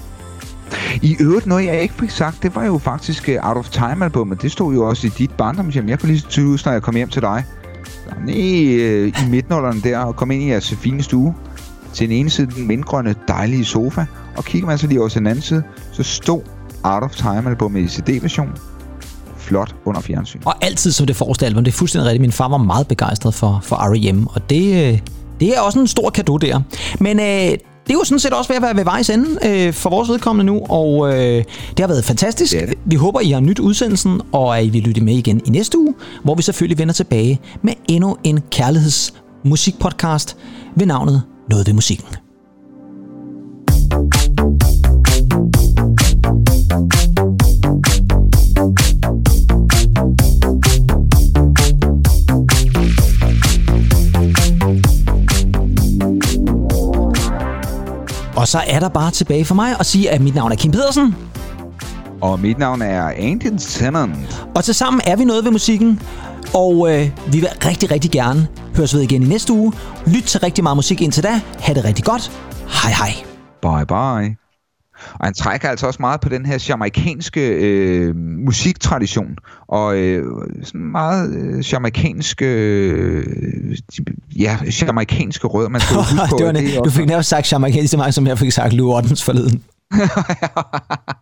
I øvrigt noget, jeg ikke fik sagt, det var jo faktisk uh, Out of Time-albummet. Det stod jo også i dit barndomshjem. Jeg får lige til huske, når jeg kom hjem til dig. Nede uh, i midtnullerne der, og kom ind i jeres fine stue. Til den ene side, den mindgrønne, dejlige sofa. Og kigger man så lige over til den anden side, så stod Out of Time-albummet i C D-version. Flot under fjernsyn. Og altid som det forreste album. Det er fuldstændig rigtigt. Min far var meget begejstret for, for R E M. Og det, det er også en stor cadeau der. Men øh, det er jo sådan set også ved at være ved vejs ende øh, for vores vedkommende nu. Og øh, det har været fantastisk. Det det. Vi håber, I har nyt udsendelsen, og at I vil lytte med igen i næste uge, hvor vi selvfølgelig vender tilbage med endnu en kærlighedsmusikpodcast ved navnet Noget ved musikken. Og så er der bare tilbage for mig at sige, at mit navn er Kim Pedersen. Og mit navn er Andy Tennant. Og tilsammen er vi noget ved musikken. Og øh, vi vil rigtig, rigtig gerne høres ved igen i næste uge. Lyt til rigtig meget musik indtil da. Ha' det rigtig godt. Hej hej. Bye bye. Og han trækker altså også meget på den her jamaikanske øh, musiktradition. Og øh, sådan meget øh, jamaikanske øh, ja, jamaikanske rødder, man skal huske på. det var det. Du fik nærmest sagt jamaikansk så meget, som jeg fik sagt Lou Ottens forleden.